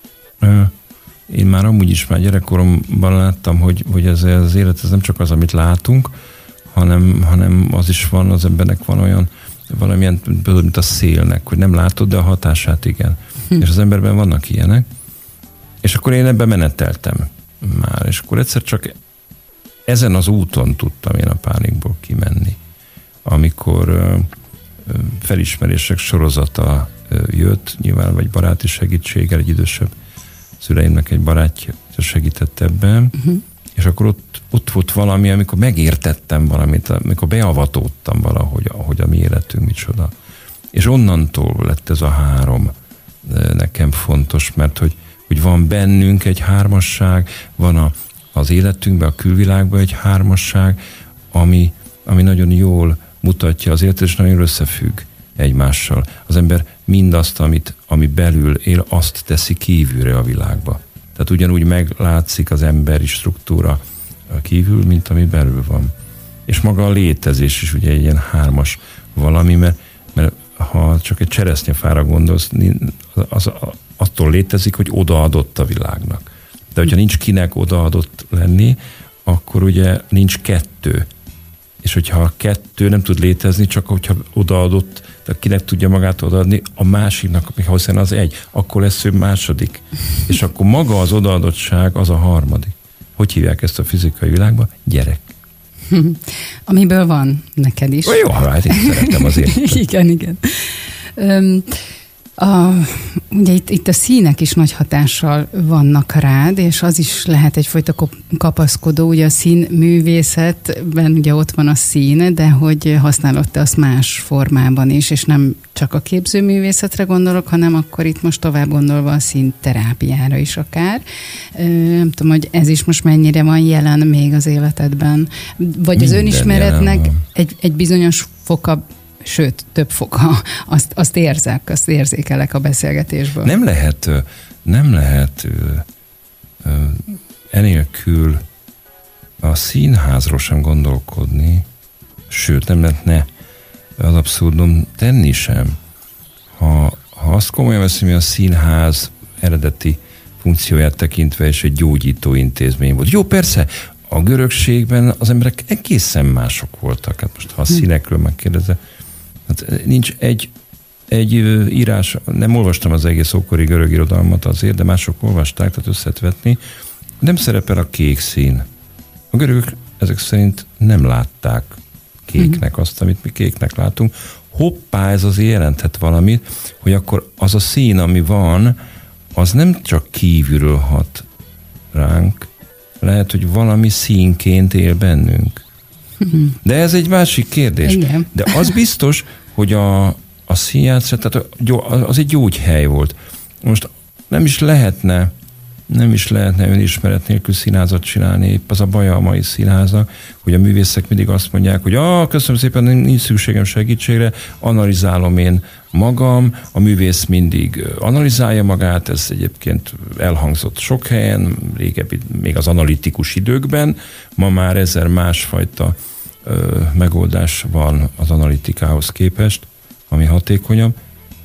én már amúgy is már gyerekkoromban láttam, hogy, hogy ez az élet, ez nem csak az, amit látunk, hanem, hanem az is van, az embernek van olyan, valamilyen, mint a szélnek, hogy nem látod, de a hatását igen. Hm. És az emberben vannak ilyenek. És akkor én ebben meneteltem már, és akkor egyszer csak ezen az úton tudtam én a pánikból kimenni. Amikor ö, felismerések sorozata ö, jött, nyilván vagy baráti segítséggel, egy idősebb szüleimnek egy barátja segített ebben, uh-huh. és akkor ott, ott volt valami, amikor megértettem valamit, amikor beavatódtam valahogy, ahogy a mi életünk micsoda. És onnantól lett ez a három nekem fontos, mert hogy, hogy van bennünk egy hármasság, van a, az életünkben, a külvilágban egy hármasság, ami, ami nagyon jól mutatja az életet, és nagyon összefügg egymással. Az ember mindazt, amit, ami belül él, azt teszi kívülre a világba. Tehát ugyanúgy meglátszik az emberi struktúra kívül, mint ami belül van. És maga a létezés is ugye egy ilyen hármas valami, mert, mert ha csak egy cseresznyefára gondolsz, az, attól létezik, hogy odaadott a világnak. De hogyha nincs kinek odaadott lenni, akkor ugye nincs kettő. És hogyha a kettő nem tud létezni, csak hogyha odaadott, tehát kinek tudja magát odaadni, a másiknak, hiszen az egy, akkor lesz ő második. És akkor maga az odaadottság az a harmadik. Hogy hívják ezt a fizikai világban? Gyerek. Amiből van neked is. Jó, hát én szeretem azért. igen, igen. Um, A, ugye itt, itt a színek is nagy hatással vannak rád, és az is lehet egyfajta kapaszkodó, ugye a színművészetben ugye ott van a szín, de hogy használod te azt más formában is, és nem csak a képzőművészetre gondolok, hanem akkor itt most tovább gondolva a színterápiára is akár. Nem tudom, hogy ez is most mennyire van jelen még az életedben, vagy minden az önismeretnek egy, egy bizonyos foka, sőt, több foka, azt, azt érzek, azt érzékelek a beszélgetésből. Nem lehet, nem lehet enélkül a színházról sem gondolkodni, sőt, nem lehetne az abszurdum tenni sem. Ha, ha azt komolyan veszem, hogy a színház eredeti funkcióját tekintve és egy gyógyító intézmény volt. Jó, persze, a görögségben az emberek egészen mások voltak. Hát most ha a színekről megkérdezze, hát nincs egy, egy írás, nem olvastam az egész ókori görög irodalmat azért, de mások olvasták, tehát össze lehet vetni. Nem szerepel a kék szín. A görögök ezek szerint nem látták kéknek azt, amit mi kéknek látunk. Hoppá, ez azért jelenthet valamit, hogy akkor az a szín, ami van, az nem csak kívülről hat ránk, lehet, hogy valami színként él bennünk. De ez egy másik kérdés. Igen. De az biztos, hogy a, a színjátszat, tehát az egy gyógyhely volt. Most nem is lehetne, nem is lehetne önismeret nélkül színházat csinálni, épp az a baja a mai színháznak, hogy a művészek mindig azt mondják, hogy ah, köszönöm szépen, nincs szükségem segítségre, analizálom én magam, a művész mindig analizálja magát, ez egyébként elhangzott sok helyen, régebbi, még az analitikus időkben, ma már ezer másfajta ö, megoldás van az analitikához képest, ami hatékonyabb,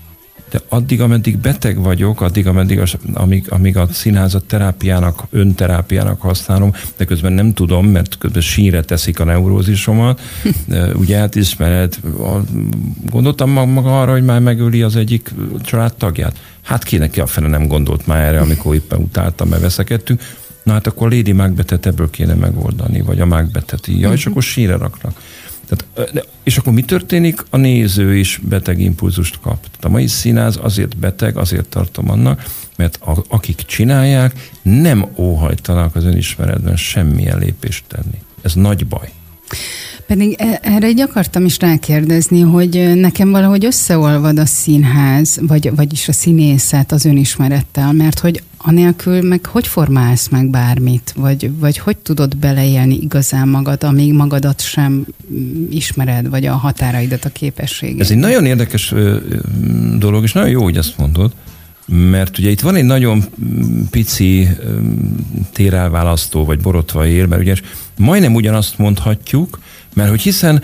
de addig, ameddig beteg vagyok, addig, ameddig, az, amíg, amíg a színházat terápiának, önterápiának használom, de közben nem tudom, mert közben sínre teszik a neurózisomat. Ugye hát ismered, gondoltam maga arra, hogy már megöli az egyik családtagját. Hát ki neki a fene nem gondolt már erre, amikor éppen utáltam, mert veszekedtünk. Na hát akkor Lady Macbethet ebből kéne megoldani, vagy a Macbethet így, ja, és akkor sínre raknak. Tehát, és akkor mi történik? A néző is beteg impulzust kap. Tehát a mai színház azért beteg, azért tartom annak, mert a, akik csinálják, nem óhajtanak az önismeretben semmilyen lépést tenni. Ez nagy baj. Pedig erre így akartam is rákérdezni, hogy nekem valahogy összeolvad a színház, vagy, vagyis a színészet az önismerettel, mert hogy anélkül meg hogy formálsz meg bármit, vagy, vagy hogy tudod beleélni igazán magad, amíg magadat sem ismered, vagy a határaidat, a képességet. Ez egy nagyon érdekes dolog, és nagyon jó, hogy ezt mondod, mert ugye itt van egy nagyon pici térelválasztó, vagy borotva ér, mert ugye majdnem ugyanazt mondhatjuk, mert hogy hiszen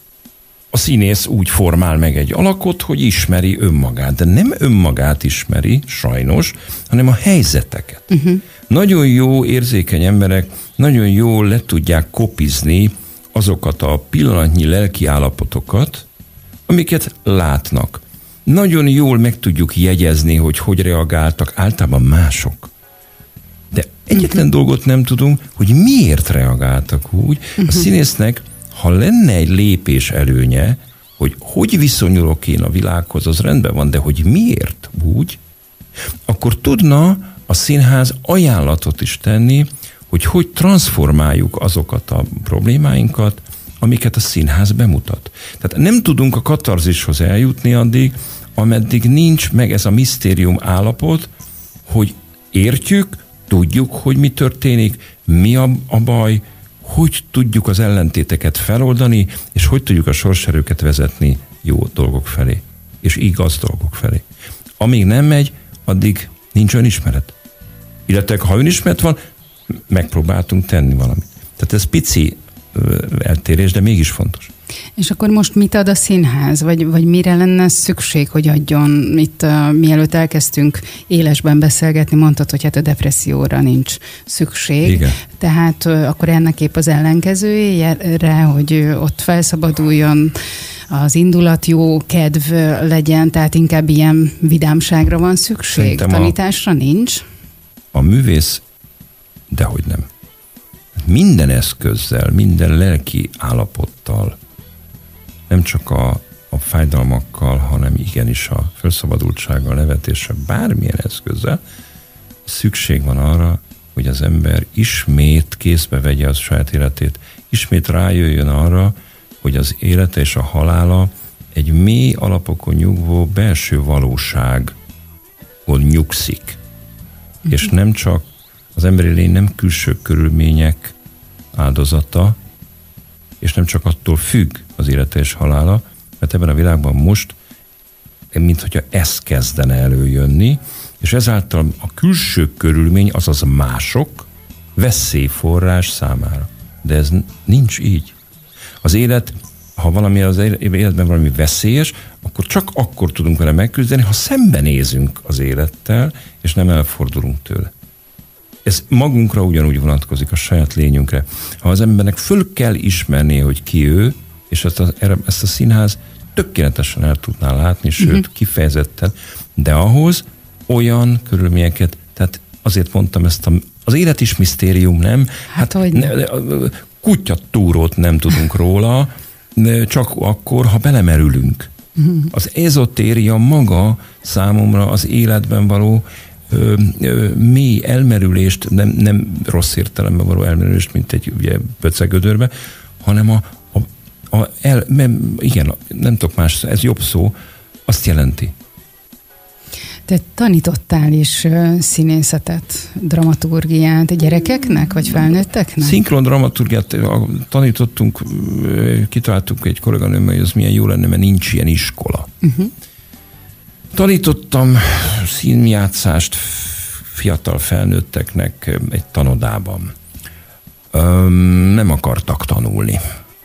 a színész úgy formál meg egy alakot, hogy ismeri önmagát, de nem önmagát ismeri, sajnos, hanem a helyzeteket. Uh-huh. Nagyon jó, érzékeny emberek nagyon jól le tudják kopizni azokat a pillanatnyi lelki állapotokat, amiket látnak. Nagyon jól meg tudjuk jegyezni, hogy hogy reagáltak általában mások. De egyetlen uh-huh. dolgot nem tudunk, hogy miért reagáltak úgy. Uh-huh. A színésznek, ha lenne egy lépés előnye, hogy hogy viszonyulok én a világhoz, az rendben van, de hogy miért úgy, akkor tudna a színház ajánlatot is tenni, hogy hogy transformáljuk azokat a problémáinkat, amiket a színház bemutat. Tehát nem tudunk a katarzishoz eljutni addig, ameddig nincs meg ez a misztérium állapot, hogy értjük, tudjuk, hogy mi történik, mi a, a baj, hogy tudjuk az ellentéteket feloldani, és hogy tudjuk a sorserőket vezetni jó dolgok felé, és igaz dolgok felé. Amíg nem megy, addig nincs önismeret. Illetve ha önismeret van, megpróbáltunk tenni valamit. Tehát ez pici eltérés, de mégis fontos. És akkor most mit ad a színház? Vagy, vagy mire lenne szükség, hogy adjon? Itt uh, mielőtt elkezdtünk élesben beszélgetni, mondtad, hogy hát a depresszióra nincs szükség. Igen. Tehát uh, akkor ennek épp az ellenkezőjére, hogy uh, ott felszabaduljon az indulat, jó kedv legyen, tehát inkább ilyen vidámságra van szükség. Szerintem tanításra a, nincs? A művész, dehogy nem. Minden eszközzel, minden lelki állapottal, nem csak a, a fájdalmakkal, hanem igenis a felszabadultsággal, nevetéssel, bármilyen eszközzel szükség van arra, hogy az ember ismét kézbe vegye az saját életét, ismét rájöjjön arra, hogy az élete és a halála egy mély alapokon nyugvó belső valóságon nyugszik. Mm-hmm. És nem csak az emberi lény nem külső körülmények áldozata, és nem csak attól függ az élete és halála, mert ebben a világban most, mint hogyha ez kezdene előjönni, és ezáltal a külső körülmény, azaz mások, veszélyforrás számára. De ez nincs így. Az élet, ha valami az életben valami veszélyes, akkor csak akkor tudunk vele megküzdeni, ha szembenézünk az élettel, és nem elfordulunk tőle. Ez magunkra ugyanúgy vonatkozik, a saját lényünkre. Ha az embernek föl kell ismernie, hogy ki ő, és ezt a, ezt a színház tökéletesen el tudná látni, sőt, uh-huh. kifejezetten, de ahhoz olyan körülményeket, tehát azért mondtam ezt, a, az élet is misztérium, nem? Hát, hát ne, kutyatúrót nem tudunk róla, csak akkor, ha belemerülünk. Uh-huh. Az ezotéria maga számomra az életben való Ö, ö, mély elmerülést, nem, nem rossz értelemben való elmerülést, mint egy ugye, pöcegödörbe, hanem a, a, a el, nem, igen, nem tudok más, ez jobb szó, azt jelenti. Te tanítottál is színészetet, dramaturgiát gyerekeknek, vagy felnőtteknek? Szinkron dramaturgiát tanítottunk, kitaláltuk egy kolléganőmmel, hogy az milyen jó lenne, mert nincs ilyen iskola. Uh-huh. Tanítottam színjátszást fiatal felnőtteknek egy tanodában. Öm, nem akartak tanulni.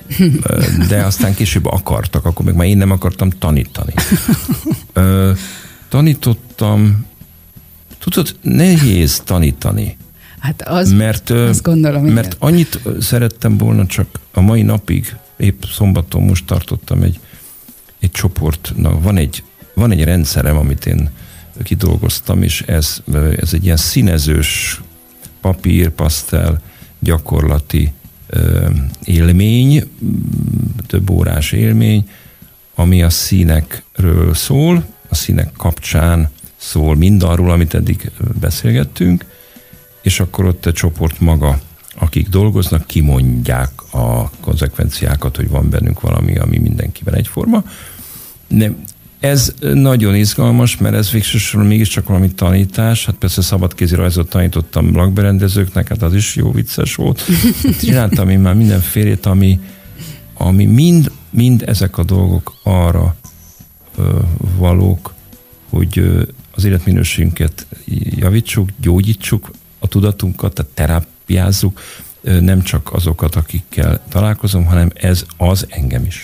De aztán később akartak, akkor még már én nem akartam tanítani. Ö, tanítottam, tudod, nehéz tanítani. Hát az, mert, azt gondolom, igen. Mert annyit szerettem volna, csak a mai napig, épp szombaton most tartottam egy, egy csoport, na, van egy Van egy rendszerem, amit én kidolgoztam, és ez, ez egy ilyen színezős, papír, pasztel, gyakorlati ö, élmény, több órás élmény, ami a színekről szól, a színek kapcsán szól mindarról, amit eddig beszélgettünk, és akkor ott a csoport maga akik dolgoznak, kimondják a konzekvenciákat, hogy van bennünk valami, ami mindenkiben egyforma. De ez nagyon izgalmas, mert ez végsősorban mégiscsak valami tanítás. Hát persze szabadkézi rajzot tanítottam lakberendezőknek, hát az is jó vicces volt. Csináltam én már mindenfélét, ami, ami mind, mind ezek a dolgok arra ö, valók, hogy ö, az életminőségünket javítsuk, gyógyítsuk, a tudatunkat, tehát terápiázzuk, ö, nem csak azokat, akikkel találkozom, hanem ez az engem is.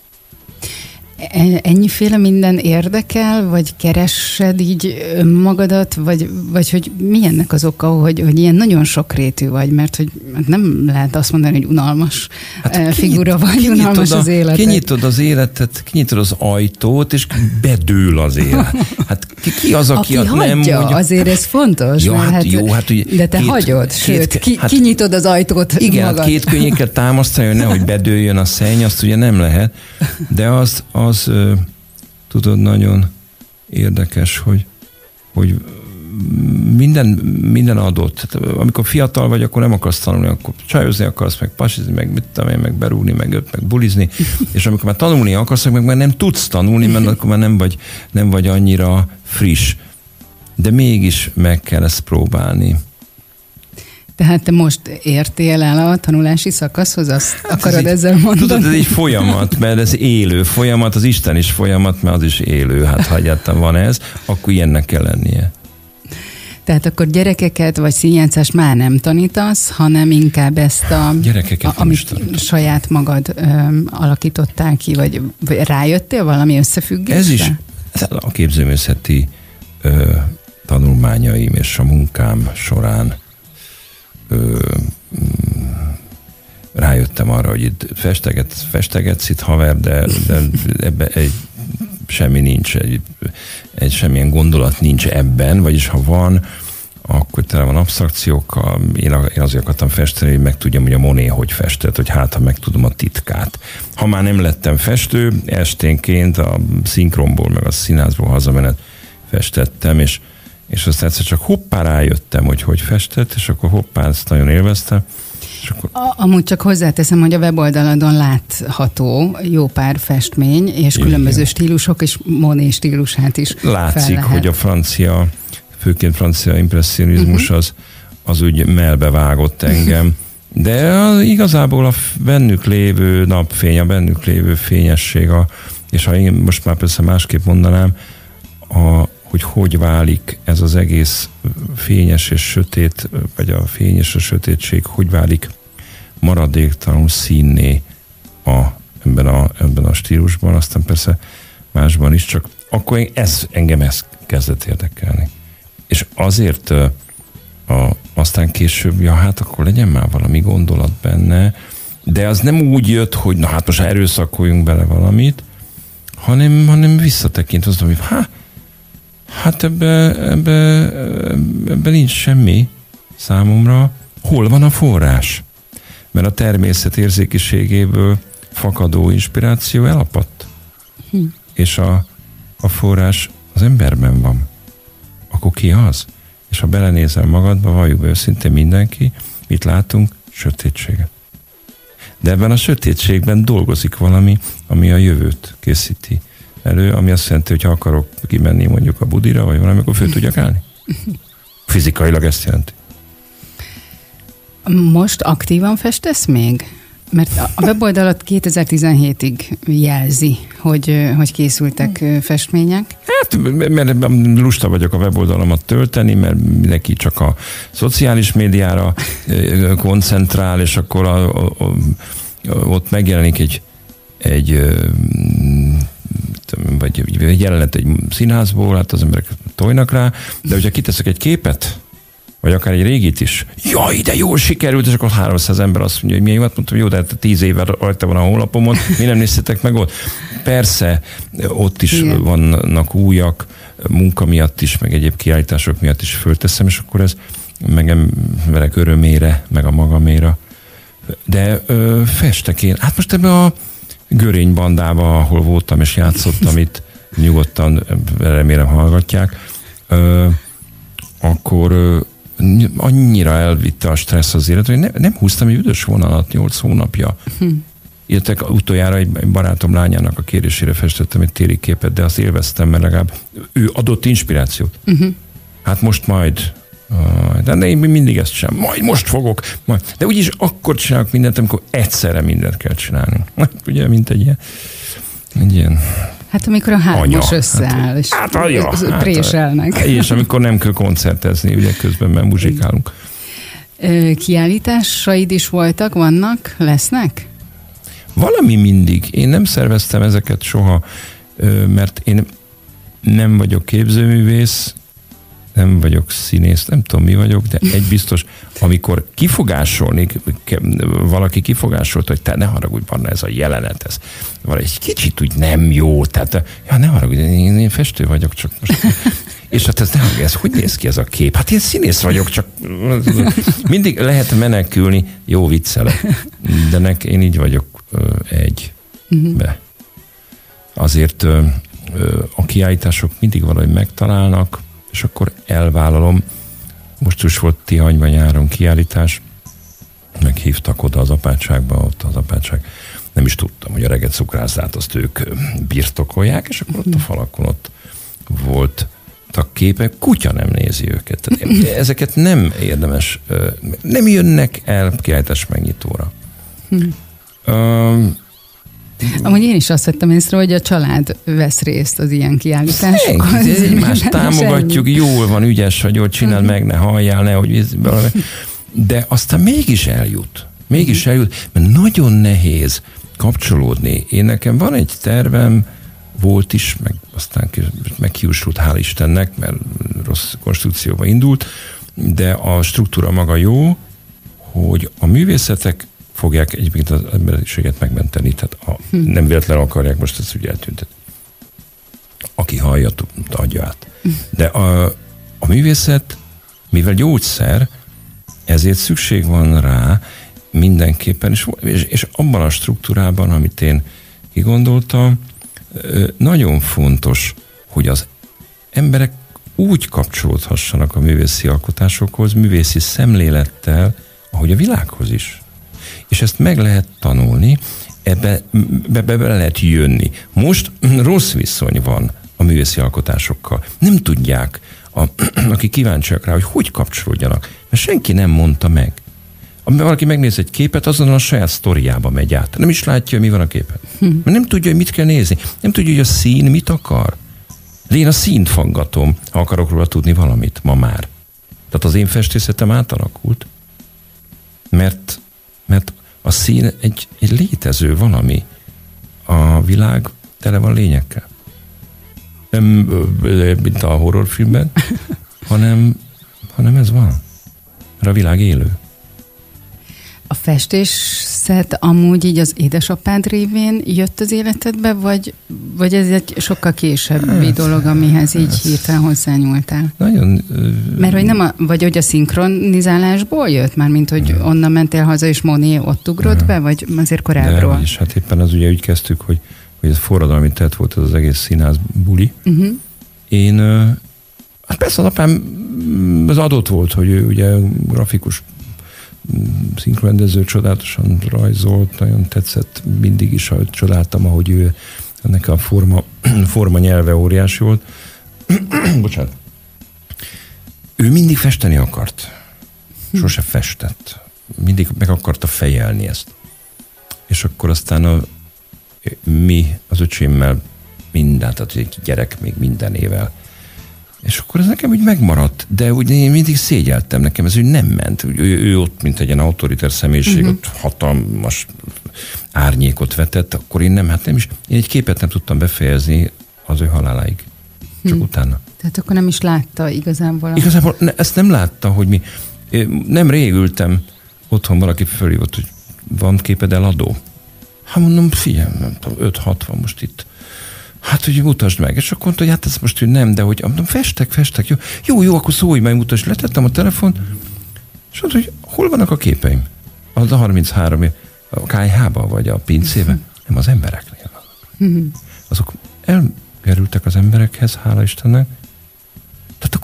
Ennyiféle minden érdekel, vagy keresed így magadat, vagy, vagy hogy mi ennek az oka, hogy, hogy ilyen nagyon sokrétű vagy, mert hogy nem lehet azt mondani, hogy unalmas hát figura vagy, kinyit, unalmas az életed. Kinyitod az életet, kinyitod az ajtót, és bedől az élet. Hát ki, ki az, aki, aki hagyja, nem mondja? Azért ez fontos. Ja, hát, hát, jó, hát ugye, de te két, hagyod, két, sőt, ki, hát, kinyitod az ajtót igen, magad. Igen, hát két könnyékkel támasztani, hogy nehogy bedőljön a szenny, azt ugye nem lehet, de az, az tudod, nagyon érdekes, hogy, hogy minden, minden adott. Amikor fiatal vagy, akkor nem akarsz tanulni, akkor csajozni akarsz, meg pasizni, meg mit tudom én, meg berúgni, meg öt, meg bulizni, és amikor már tanulni akarsz, meg már nem tudsz tanulni, mert akkor már nem vagy, nem vagy annyira friss. De mégis meg kell ezt próbálni. Tehát te most értél el a tanulási szakaszhoz, azt hát akarod ez ezzel mondani? Tudod, ez egy folyamat, mert ez élő folyamat, az Isten is folyamat, mert az is élő. Hát ha egyáltalán van ez, akkor ilyennek kell lennie. Tehát akkor gyerekeket vagy színjátszást már nem tanítasz, hanem inkább ezt a, a amit saját magad ö, alakítottál ki, vagy, vagy rájöttél valami összefüggésre? Ez is a képzőművészeti ö, tanulmányaim és a munkám során Ö, rájöttem arra, hogy itt festeget, festegetsz itt haver, de, de ebben egy, semmi nincs, egy, egy semmilyen gondolat nincs ebben, vagyis ha van, akkor tele van absztrakciókkal. Én, én azért akartam festeni, hogy megtudjam, hogy a Monet hogy festett, hogy hát, ha megtudom a titkát. Ha már nem lettem festő, esténként a szinkronból, meg a színházból hazamenet festettem, és és aztán egyszer csak hoppá rájöttem, hogy hogy festett, és akkor hoppá, ezt nagyon élveztem. És akkor... Amúgy csak hozzáteszem, hogy a weboldaladon látható jó pár festmény, és igen, különböző stílusok, és Monet stílusát is látszik, hogy a francia, főként francia impresszionizmus uh-huh. az, az úgy melbevágott engem, de az, igazából a bennük lévő napfény, a bennük lévő fényesség, a, és ha én most már persze másképp mondanám, a hogy hogy válik ez az egész fényes és sötét, vagy a fény és a sötétség, hogy válik maradéktalanul színné a, ebben, a, ebben a stílusban, aztán persze másban is, csak akkor ez, engem ez kezdett érdekelni. És azért a, aztán később, ja hát akkor legyen már valami gondolat benne, de az nem úgy jött, hogy na hát most erőszakoljunk bele valamit, hanem, hanem visszatekintve azt, hogy hát Hát ebbe, ebbe, ebbe nincs semmi számomra. Hol van a forrás? Mert a természet érzékiségéből fakadó inspiráció elapadt. Hm. És a, a forrás az emberben van. Akkor ki az? És ha belenézel magadba, valljuk be őszintén mindenki, mit látunk? Sötétséget. De ebben a sötétségben dolgozik valami, ami a jövőt készíti elő, ami azt jelenti, hogy ha akarok kimenni mondjuk a Budira, vagy valami, akkor föl tudjak állni. Fizikailag ezt jelenti. Most aktívan festesz még? Mert a weboldalat kétezer-tizenhétig jelzi, hogy, hogy készültek festmények. Hát, mert lusta vagyok a weboldalamat tölteni, mert mindenki csak a szociális médiára koncentrál, és akkor a, a, a, ott megjelenik egy, egy vagy egy jelenet egy színházból, hát az emberek tojnak rá, de hogyha kiteszek egy képet, vagy akár egy régit is, jaj, de jól sikerült, és akkor háromszáz ember azt mondja, hogy milyen jó, hát mondtam, jó, de hát tíz éve rajta van a honlapomon, mi nem néztetek meg ott? Persze, ott is igen, vannak újak, munka miatt is, meg egyéb kiállítások miatt is fölteszem, és akkor ez meg emberek örömére, meg a magaméra. De ö, festek én. Hát most ebben a Görény bandába, ahol voltam és játszottam itt, nyugodtan remélem hallgatják, ö, akkor ö, annyira elvitte a stressz az élet, hogy ne, nem húztam egy üdös vonalat nyolc hónapja. Hm. Értek, utoljára egy barátom lányának a kérésére festettem egy téli képet, de azt élveztem, mert legalább ő adott inspirációt. Uh-huh. Hát most majd, de én mindig ezt sem, majd most fogok, majd. De úgyis akkor csinálok mindent, amikor egyszerre mindent kell csinálni. Ugye, mint egy ilyen, egy ilyen hát amikor a hármas összeáll, hát, és hát, anya, préselnek. Hát, és amikor nem kell koncertezni, ugye közben már muzsikálunk. Kiállításaid is voltak, vannak, lesznek? Valami mindig. Én nem szerveztem ezeket soha, mert én nem vagyok képzőművész, nem vagyok színész, nem tudom mi vagyok, de egy biztos, amikor kifogásolni, valaki kifogásolt, hogy te ne haragudj, Barna, ez a jelenet, ez valahogy egy kicsit úgy nem jó, tehát ja, ne haragudj, én, én festő vagyok, csak most... És hát ez, ne haragudj, ez hogy néz ki ez a kép? Hát én színész vagyok, csak mindig lehet menekülni, jó viccelek, de nek, én így vagyok egy be. Azért a kiállítások mindig valahogy megtalálnak, és akkor elvállalom. Most is volt Tihanyban nyáron kiállítás, meghívtak oda az apátságba, ott az apátság. Nem is tudtam, hogy a Reget cukrászdát azt ők birtokolják, és akkor ott a falakon ott volt a képek, kutya nem nézi őket. Tehát ezeket nem érdemes, nem jönnek el kiállítás megnyitóra. Hmm. Um, Amúgy én is azt vettem észre, hogy a család vesz részt az ilyen kiállításokon. Egymást támogatjuk, jól van, ügyes vagy, jól csinál uh-huh. meg, ne halljál, ne, hogy valami. De aztán mégis eljut. Mégis uh-huh. eljut, mert nagyon nehéz kapcsolódni. Én nekem van egy tervem, volt is, meg aztán meghiúsult, hál' Istennek, mert rossz konstrukcióba indult, de a struktúra maga jó, hogy a művészetek fogják egyébként az emberiséget megmenteni, tehát a, hm. nem véletlenül akarják most ezt ugye eltüntetni. Aki hallja, adja át. De a, a művészet, mivel gyógyszer, ezért szükség van rá mindenképpen, és, és, és abban a struktúrában, amit én kigondoltam, nagyon fontos, hogy az emberek úgy kapcsolódhassanak a művészi alkotásokhoz, művészi szemlélettel, ahogy a világhoz is. És ezt meg lehet tanulni, ebbe, be, be, be lehet jönni. Most rossz viszony van a művészi alkotásokkal. Nem tudják, a, akik kíváncsiak rá, hogy hogy kapcsolódjanak, mert senki nem mondta meg. Amikor valaki megnéz egy képet, azonnal a saját sztoriába megy át. Nem is látja, mi van a képen. Mert nem tudja, hogy mit kell nézni. Nem tudja, hogy a szín mit akar. De én a színt faggatom, ha akarok róla tudni valamit ma már. Tehát az én festészetem átalakult, mert, mert a szín egy, egy létező valami. A világ tele van lényekkel. Nem, mint a horrorfilmben, hanem, hanem ez van. Mert a világ élő. A festészet amúgy így az édesapád révén jött az életedbe, vagy, vagy ez egy sokkal későbbi hát, dolog, amihez így hát, hirtelen hozzányúltál? Nagyon... Mert hogy nem a, vagy hogy a szinkronizálásból jött már, mint hogy ja. onnan mentél haza, és Moné ott ugrott ja. be, vagy azért korábbról? De, és hát éppen az ugye úgy kezdtük, hogy, hogy ez forradalmi tett volt ez az egész színház buli. Uh-huh. Én, hát persze az apám az adott volt, hogy ő ugye grafikus szinkronrendező, csodálatosan rajzolt, nagyon tetszett mindig is, ahogy csodáltam, ahogy ő, ennek a forma, forma nyelve óriási volt. Bocsánat. Ő mindig festeni akart. Sose festett. Mindig meg akarta fejelni ezt. És akkor aztán a, mi az öcsémmel minden, tehát egy gyerek még mindenével. És akkor ez nekem úgy megmaradt, de úgy én mindig szégyeltem, nekem ez úgy nem ment. Ő, ő ott, mint egy ilyen autoritár személyiség, uh-huh. ott hatalmas árnyékot vetett, akkor én nem, hát nem is, én egy képet nem tudtam befejezni az ő haláláig. Csak hmm. utána. Tehát akkor nem is látta igazából? A... Igazából ne, ezt nem látta, hogy mi, nem rég ültem, otthon valaki fölhívott, hogy van képed eladó? Hát mondom, figyelj, nem tudom, öt-hat van most itt. Hát, hogy mutasd meg. És akkor mondta, hogy hát ez most hogy nem, de hogy mondom, festek, festek. Jó, jó, jó akkor szólj meg, mutasd. Letettem a telefont, és mondta, hogy hol vannak a képeim? Az a harminchárom, a ká há-ba, vagy a pincébe? Nem, az embereknél vannak. Azok elkerültek az emberekhez, hála Istennek. Tehát akkor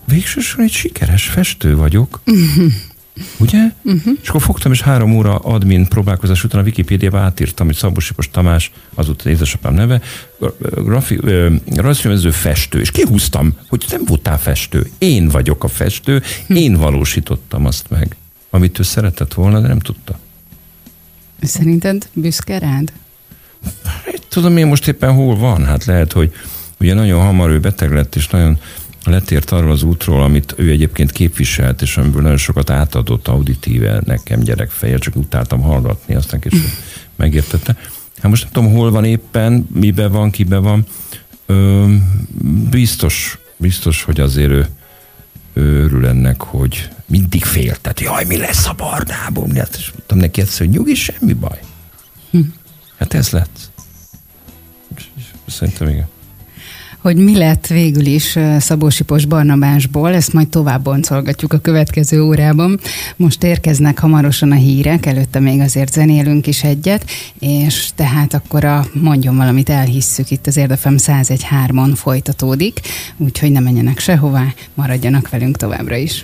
végsősorban egy sikeres festő vagyok. Uh-huh. Ugye? Uh-huh. És akkor fogtam, és három óra admin próbálkozás után a Wikipédiába átírtam, hogy Szabó Sipos Tamás, azóta édesapám neve, rajzfilmező festő. És kihúztam, hogy nem voltál festő. Én vagyok a festő, én valósítottam azt meg, amit ő szeretett volna, de nem tudta. Szerinted büszke rád? Tudom én most éppen hol van. Hát lehet, hogy ugye nagyon hamar ő beteg lett, és nagyon letért arról az útról, amit ő egyébként képviselt, és amiből nagyon sokat átadott auditíve nekem gyerekfejjel, csak utáltam hallgatni, aztán később megértette. Hát most nem tudom, hol van éppen, mibe van, kibe van. Ö, biztos, biztos, hogy azért ő, ő örül ennek, hogy mindig féltet, jaj, mi lesz a Barnából? És mondtam neki egyszer, hogy nyugi, semmi baj. Hm. Hát ez lett. Szerintem igen. Hogy mi lett végül is Szabó Sipos Barnabásból, ezt majd tovább boncolgatjuk a következő órában. Most érkeznek hamarosan a hírek, előtte még azért zenélünk is egyet, és tehát akkor a mondjon valamit, elhisszük, itt az Érdefem száz egy hármon folytatódik, úgyhogy ne menjenek sehová, maradjanak velünk továbbra is.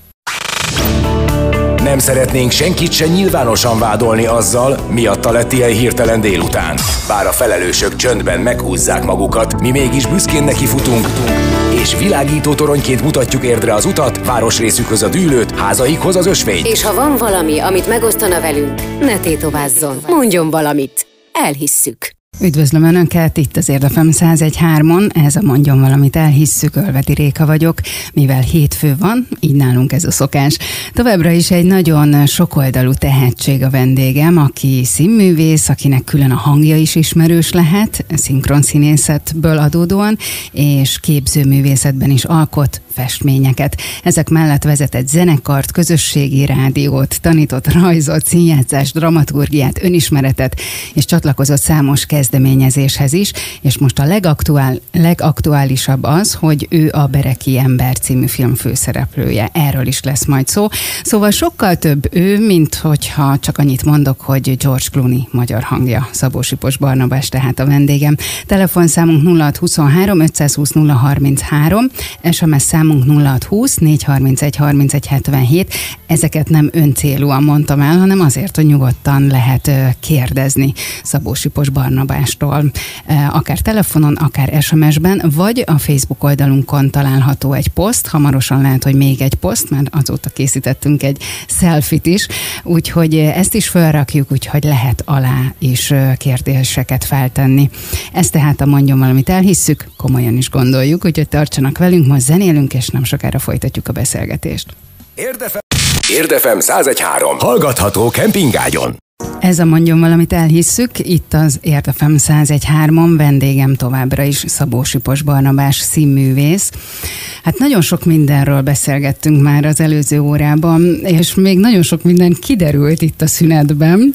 Nem szeretnénk senkit se nyilvánosan vádolni azzal, miatta lett ilyen hirtelen délután. Bár a felelősök csöndben meghúzzák magukat, mi mégis büszkén nekifutunk, és világító toronyként mutatjuk Érdre az utat, városrészükhöz a dűlőt, házaikhoz az ösvényt. És ha van valami, amit megosztana velünk, ne tétovázzon, mondjon valamit. Elhisszük. Üdvözlöm Önöket, itt az Érdefem száz egy hármon, ez a mondjon valamit, elhisszük, Ölvedi Réka vagyok, mivel hétfő van, így nálunk ez a szokás. Továbbra is egy nagyon sokoldalú tehetség a vendégem, aki színművész, akinek külön a hangja is ismerős lehet, szinkronszínészetből adódóan, és képzőművészetben is alkot festményeket. Ezek mellett vezetett zenekart, közösségi rádiót, tanított rajzot, színjátszást, dramaturgiát, önismeretet, és csatlakozott számos kezdeményezéshez is, és most a legaktuál, legaktuálisabb az, hogy ő a Bereki ember című film főszereplője. Erről is lesz majd szó. Szóval sokkal több ő, mint hogyha csak annyit mondok, hogy George Clooney magyar hangja. Szabó Sipos Barnabás tehát a vendégem. Telefonszámunk nulla hat huszonhárom ötszázhúsz nulla harminchárom, es em es számunk nulla hat húsz négy harmincegy harmincegy hetvenhét. Ezeket nem öncélúan mondtam el, hanem azért, hogy nyugodtan lehet kérdezni Szabó Sipos Barnabástól. Akár telefonon, akár es em es-ben, vagy a Facebook oldalunkon található egy poszt. Hamarosan lehet, hogy még egy poszt, mert azóta készítettünk egy selfit is, úgyhogy ezt is felrakjuk, úgyhogy lehet alá is kérdéseket feltenni. Ez tehát a mondjon valamit, elhisszük, komolyan is gondoljuk, úgyhogy tartsanak velünk, most zenélünk, és nem sokára folytatjuk a beszélgetést. Érdefem, Érdefem száz egy három. Hallgatható kempingágyon. Ez a mondjon valamit, elhisszük, itt az Érdefem száz egy hármon, vendégem továbbra is Szabó Sipos Barnabás színművész. Hát nagyon sok mindenről beszélgettünk már az előző órában, és még nagyon sok minden kiderült itt a szünetben,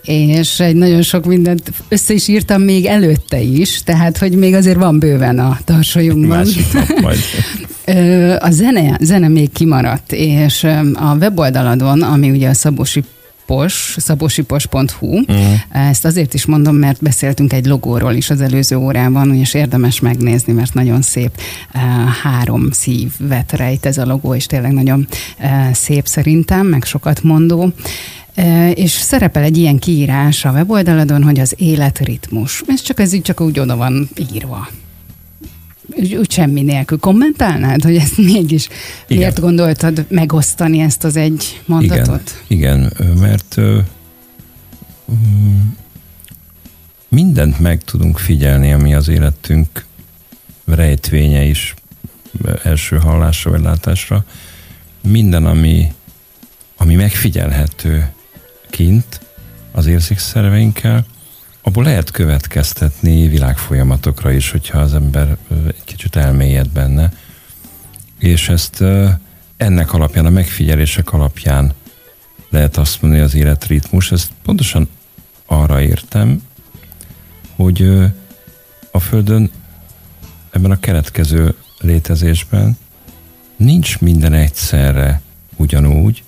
és egy nagyon sok mindent össze is írtam még előtte is, tehát hogy még azért van bőven a tarsolyunkban. Másik nap majd. A zene, zene még kimaradt, és a weboldaladon, ami ugye a Szabó Sipos szabósipos pont hu. Uh-huh. Ezt azért is mondom, mert beszéltünk egy logóról is az előző órában, és érdemes megnézni, mert nagyon szép uh, három szívet rejt ez a logó, és tényleg nagyon uh, szép szerintem, meg sokat mondó. Uh, és szerepel egy ilyen kiírás a weboldaladon, hogy az életritmus. Ez csak, ez így csak úgy oda van írva. Úgy semmi nélkül. Kommentálnád, hogy ezt mégis igen. Miért gondoltad megosztani ezt az egy mondatot? Igen, igen, mert uh, mindent meg tudunk figyelni, ami az életünk rejtvénye is első hallásra vagy látásra. Minden, ami, ami megfigyelhető kint az érzékszerveinkkel, abból lehet következtetni világfolyamatokra is, hogyha az ember egy kicsit elmélyed benne. És ezt ennek alapján, a megfigyelések alapján lehet azt mondani, az életritmus. Ezt pontosan arra értem, hogy a Földön ebben a keletkező létezésben nincs minden egyszerre ugyanúgy.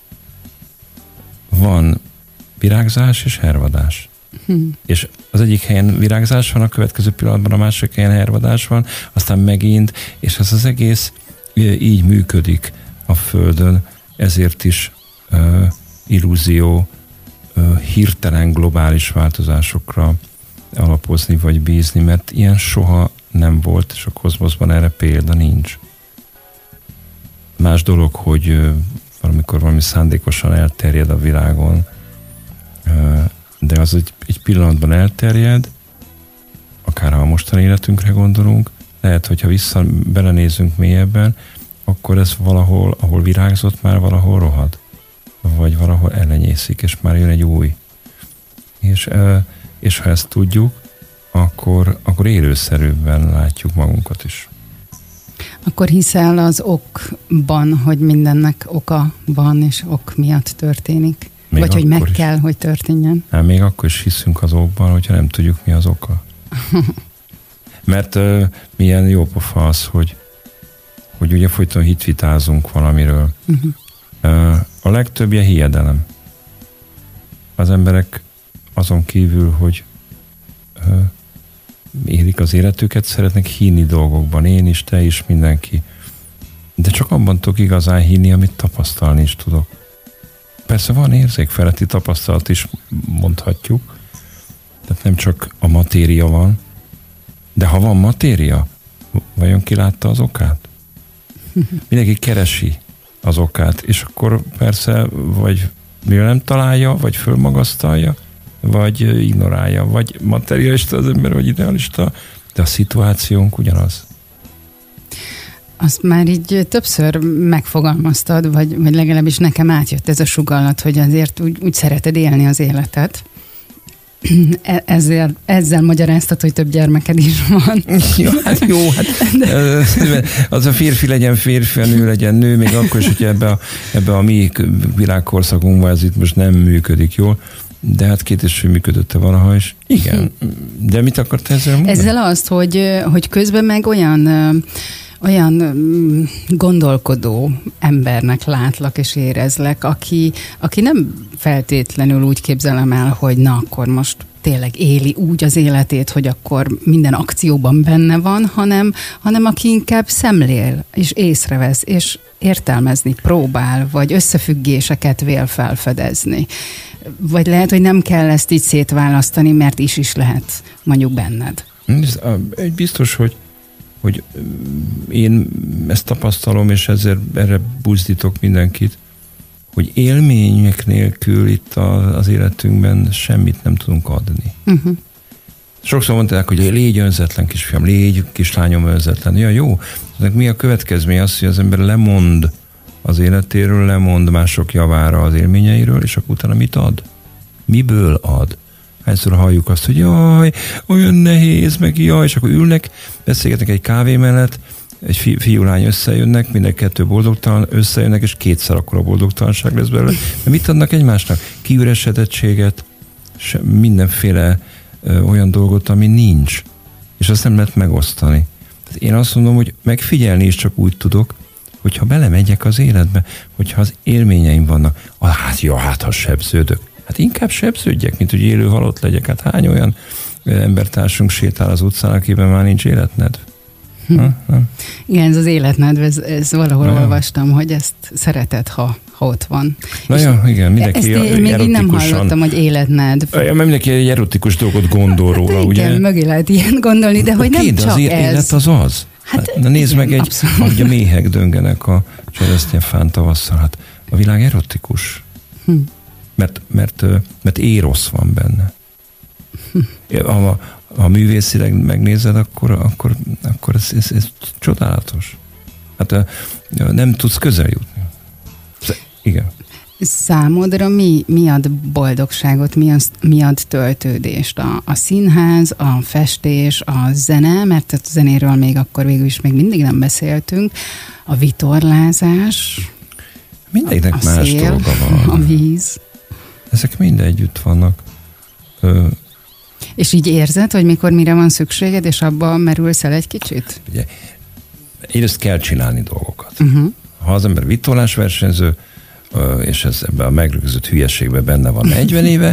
Van virágzás és hervadás. Hmm. És az egyik helyen virágzás van, a következő pillanatban a másik helyen hervadás van, aztán megint, és ez az egész így működik a Földön, ezért is uh, illúzió uh, hirtelen globális változásokra alapozni vagy bízni, mert ilyen soha nem volt, és a kozmoszban erre példa nincs. Más dolog, hogy uh, valamikor valami szándékosan elterjed a világon, uh, de az egy, egy pillanatban elterjed, akár ha a mostani életünkre gondolunk, lehet, hogyha vissza belenézünk mélyebben, akkor ez valahol, ahol virágzott, már valahol rohad. Vagy valahol ellenyészik, és már jön egy új. És, és ha ezt tudjuk, akkor, akkor élőszerűbben látjuk magunkat is. Akkor hiszel az okban, hogy mindennek oka van, és ok miatt történik? Még vagy hogy meg is kell, hogy történjen? Hát még akkor is hiszünk az okban, hogyha nem tudjuk, mi az oka. Mert uh, milyen jó pofa az, hogy, hogy ugye folyton hitvitázunk valamiről. Uh-huh. Uh, a legtöbbje hiedelem. Az emberek azon kívül, hogy uh, élik az életüket, szeretnek hinni dolgokban. Én is, te is, mindenki. De csak abban tudok igazán hinni, amit tapasztalni is tudok. Persze van érzékfeletti tapasztalat is, mondhatjuk. Tehát nem csak a matéria van, de ha van matéria, vajon ki látta az okát? Mindenki keresi az okát, és akkor persze vagy mivel nem találja, vagy fölmagasztalja, vagy ignorálja, vagy materialista az ember, vagy idealista, de a szituációnk ugyanaz. Azt már így többször megfogalmaztad, vagy, vagy legalábbis nekem átjött ez a sugalllat, hogy azért úgy, úgy szereted élni az életet. Ezzel, ezzel magyaráztat, hogy több gyermeked is van. Jó, hát jó, hát de... az a férfi legyen férfi, a nő legyen nő, még akkor is, hogy ebbe a, ebbe a mi világkorszakunkban ez itt most nem működik jól, de hát két és fél működötte valaha is. Igen, de mit akart ezzel mondani? Ezzel azt, hogy, hogy közben meg olyan olyan gondolkodó embernek látlak és érezlek, aki, aki nem feltétlenül úgy képzelem el, hogy na akkor most tényleg éli úgy az életét, hogy akkor minden akcióban benne van, hanem, hanem aki inkább szemlél és észrevesz, és értelmezni próbál, vagy összefüggéseket vél felfedezni. Vagy lehet, hogy nem kell ezt így szétválasztani, mert is is lehet mondjuk benned. Egy biztos, hogy hogy én ezt tapasztalom, és ezért erre buzdítok mindenkit, hogy élmények nélkül itt az életünkben semmit nem tudunk adni. Uh-huh. Sokszor mondták, hogy légy önzetlen kisfiam, légy kislányom önzetlen. Ja, jó, mi a következmény az, hogy az ember lemond az életéről, lemond mások javára az élményeiről, és akkor utána mit ad? Miből ad? Hányszor halljuk azt, hogy jaj, olyan nehéz, meg jaj, és akkor ülnek, beszélgetnek egy kávé mellett, egy fi, fiú-lány összejönnek, minden kettő boldogtalan összejönnek, és kétszer akkora boldogtalanság lesz belőle. De mit adnak egymásnak? Kiüresedettséget, mindenféle ö, olyan dolgot, ami nincs. És azt nem lehet megosztani. Tehát én azt mondom, hogy megfigyelni is csak úgy tudok, hogyha belemegyek az életbe, hogyha az élményeim vannak. Ah, hát jó, hát ha sebződök. Hát inkább sebződjek, mint hogy élő halott legyek. Hát hány olyan embertársunk sétál az utcán, akiben már nincs életnedv? Hm. Ha, ha. Igen, ez az életnedv, ez, ez valahol Na olvastam, jó. hogy ezt szereted, ha, ha ott van. Na jó, igen, mindenki ezt én még így nem hallottam, hogy életnedv. Ja, mindenki egy erotikus dolgot gondol róla, hát, ugye? Igen, mögé lehet ilyen gondolni, de hogy nem okay, csak de az ez. élet az az. Hát, Na nézd igen, meg, egy, ahogy a méhek döngenek a cseresznyefán tavasszal. Hát a világ erotikus. Hm. Mert, mert, mert érosz van benne. Ha, ha művészileg megnézed, akkor, akkor, akkor ez, ez, ez csodálatos. Hát nem tudsz közel jutni. Igen. Számodra mi, mi ad boldogságot, mi, az, mi ad töltődést? A, a színház, a festés, a zene, mert a zenéről még akkor végül is még mindig nem beszéltünk, a vitorlázás, mindenkinek a más szél, dolga van. A víz. Ezek mind együtt vannak. Ö... És így érzed, hogy mikor mire van szükséged, és abban merülsz el egy kicsit? Ugye, egyrészt kell csinálni dolgokat. Uh-huh. Ha az ember vitorlásversenyző, és ez ebben a megrögzött hülyeségben benne van negyven éve,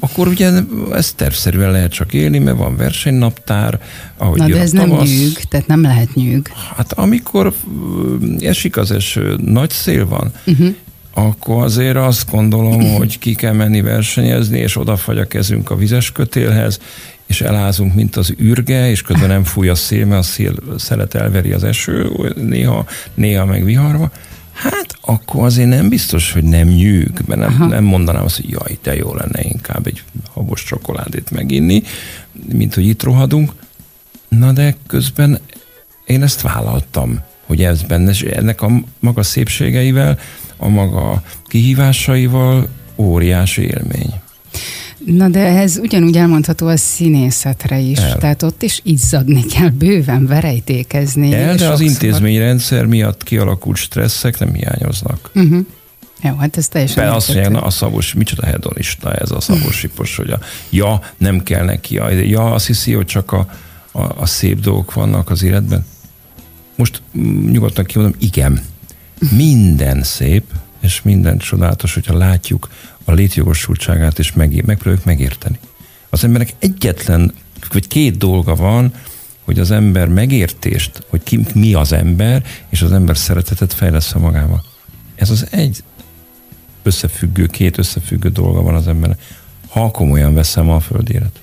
akkor ugye ezt tervszerűen lehet csak élni, mert van versenynaptár, ahogy Na de ez nem nyűg, tehát nem lehet nyűg. Hát amikor esik az eső, nagy szél van, uh-huh. akkor azért azt gondolom, hogy ki kell menni versenyezni, és odafagy a kezünk a vizes kötélhez, és elázunk, mint az ürge, és közben nem fúj a szél, mert a szél szelet elveri az eső, néha, néha meg viharba. Hát akkor azért nem biztos, hogy nem nyűg, mert nem, nem mondanám azt, hogy jaj, de jó lenne inkább egy habos csokoládét meginni, mint hogy itt rohadunk. Na de közben én ezt vállaltam, hogy ez benne, és ennek a maga szépségeivel, a maga kihívásaival óriási élmény. Na de ez ugyanúgy elmondható a színészetre is, El. tehát ott is izzadni kell, bőven verejtékezni. El, de az intézményrendszer miatt kialakult stresszek nem hiányoznak. Uh-huh. Jó, hát ez teljesen... Be azt mondják, na a Szabos, micsoda hedonista ez a Szabos Sipos, hogy a ja, nem kell neki, a, ja, azt hiszi, hogy csak a, a, a szép dolgok vannak az életben. Most nyugodtan kimondom, igen, minden szép, és minden csodálatos, hogyha látjuk a létjogosultságát, és meg, megpróbáljuk megérteni. Az embernek egyetlen, vagy két dolga van, hogy az ember megértést, hogy ki, mi az ember, és az ember szeretetet fejlesz magával. Ez az egy összefüggő, két összefüggő dolga van az embernek. Ha komolyan veszem a földi élet.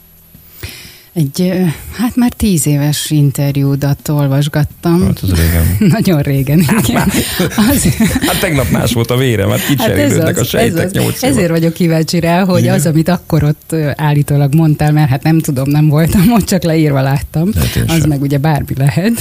Egy, hát már tíz éves interjúdat olvasgattam. Hát az régen. Nagyon régen, igen. Hát, az... hát tegnap más volt a vérem, hát kicserélődnek hát a sejtek nyolc év. Ezért vagyok kíváncsi rá, hogy igen? Az, amit akkor ott állítólag mondtál, mert hát nem tudom, nem voltam, ott csak leírva láttam. Az sem. Meg ugye bármi lehet.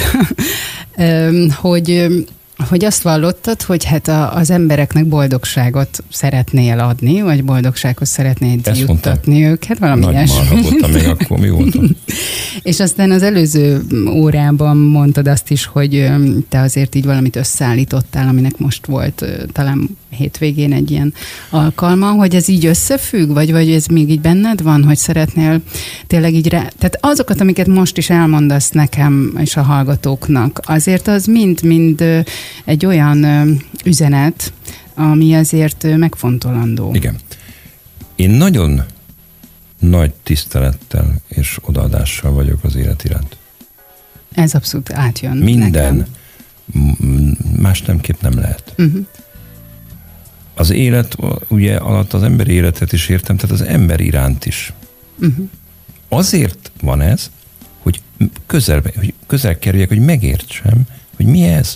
hogy... hogy azt vallottad, hogy hát a, az embereknek boldogságot szeretnél adni, vagy boldogsághoz szeretnél juttatni őket, valami ilyesmi. Nagy marha voltam még akkor, mi voltam. És aztán az előző órában mondtad azt is, hogy te azért így valamit összeállítottál, aminek most volt talán hétvégén egy ilyen alkalma, hogy ez így összefügg, vagy, vagy ez még így benned van, hogy szeretnél tényleg így rá... Tehát azokat, amiket most is elmondasz nekem és a hallgatóknak, azért az mind-mind egy olyan üzenet, ami azért megfontolandó. Igen. Én nagyon nagy tisztelettel és odaadással vagyok az élet iránt. Ez abszolút átjön. Minden. Nekem. Más nemképp nem lehet. Uh-huh. Az élet, ugye alatt az emberi életet is értem, tehát az ember iránt is. Uh-huh. Azért van ez, hogy közel, hogy közel kerüljek, hogy megértsem, hogy mi ez.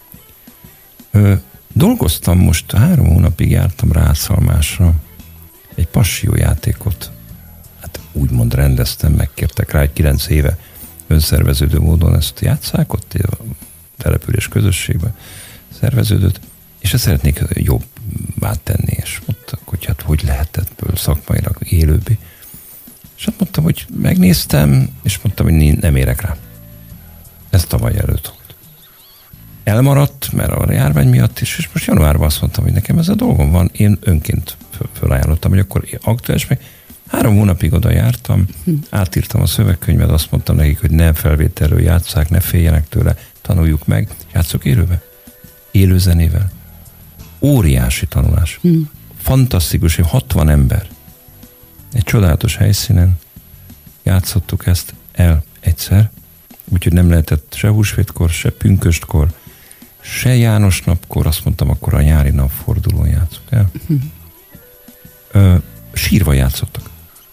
Ö, dolgoztam most, három hónapig jártam Rászalmásra, egy passziójátékot, hát úgymond rendeztem, megkértek rá, egy kilenc éve önszerveződő módon ezt játsszák, ott a település közösségben szerveződött, és ezt szeretnék jobbá tenni, és mondtak, hogy hát hogy lehet ebből szakmailag élőbbé. És azt mondtam, hogy megnéztem, és mondtam, hogy nem érek rá. Ez tavaly előtt volt. Elmaradt, mert a járvány miatt is, és most januárban azt mondtam, hogy nekem ez a dolgom van, én önként felajánlottam, hogy akkor aktuális, meg három hónapig oda jártam, hm. átírtam a szövegkönyvet, azt mondtam nekik, hogy nem felvételről játsszák, ne féljenek tőle, tanuljuk meg, játsszok élőbe. Élő zenével. Óriási tanulás. Hm. Fantasztikus, hogy hatvan ember. Egy csodálatos helyszínen játszottuk ezt el egyszer, úgyhogy nem lehetett se húsvétkor, se pünköstkor, se János napkor, azt mondtam, akkor a nyári napfordulón játszuk el. Hm. Ö, sírva játszottak.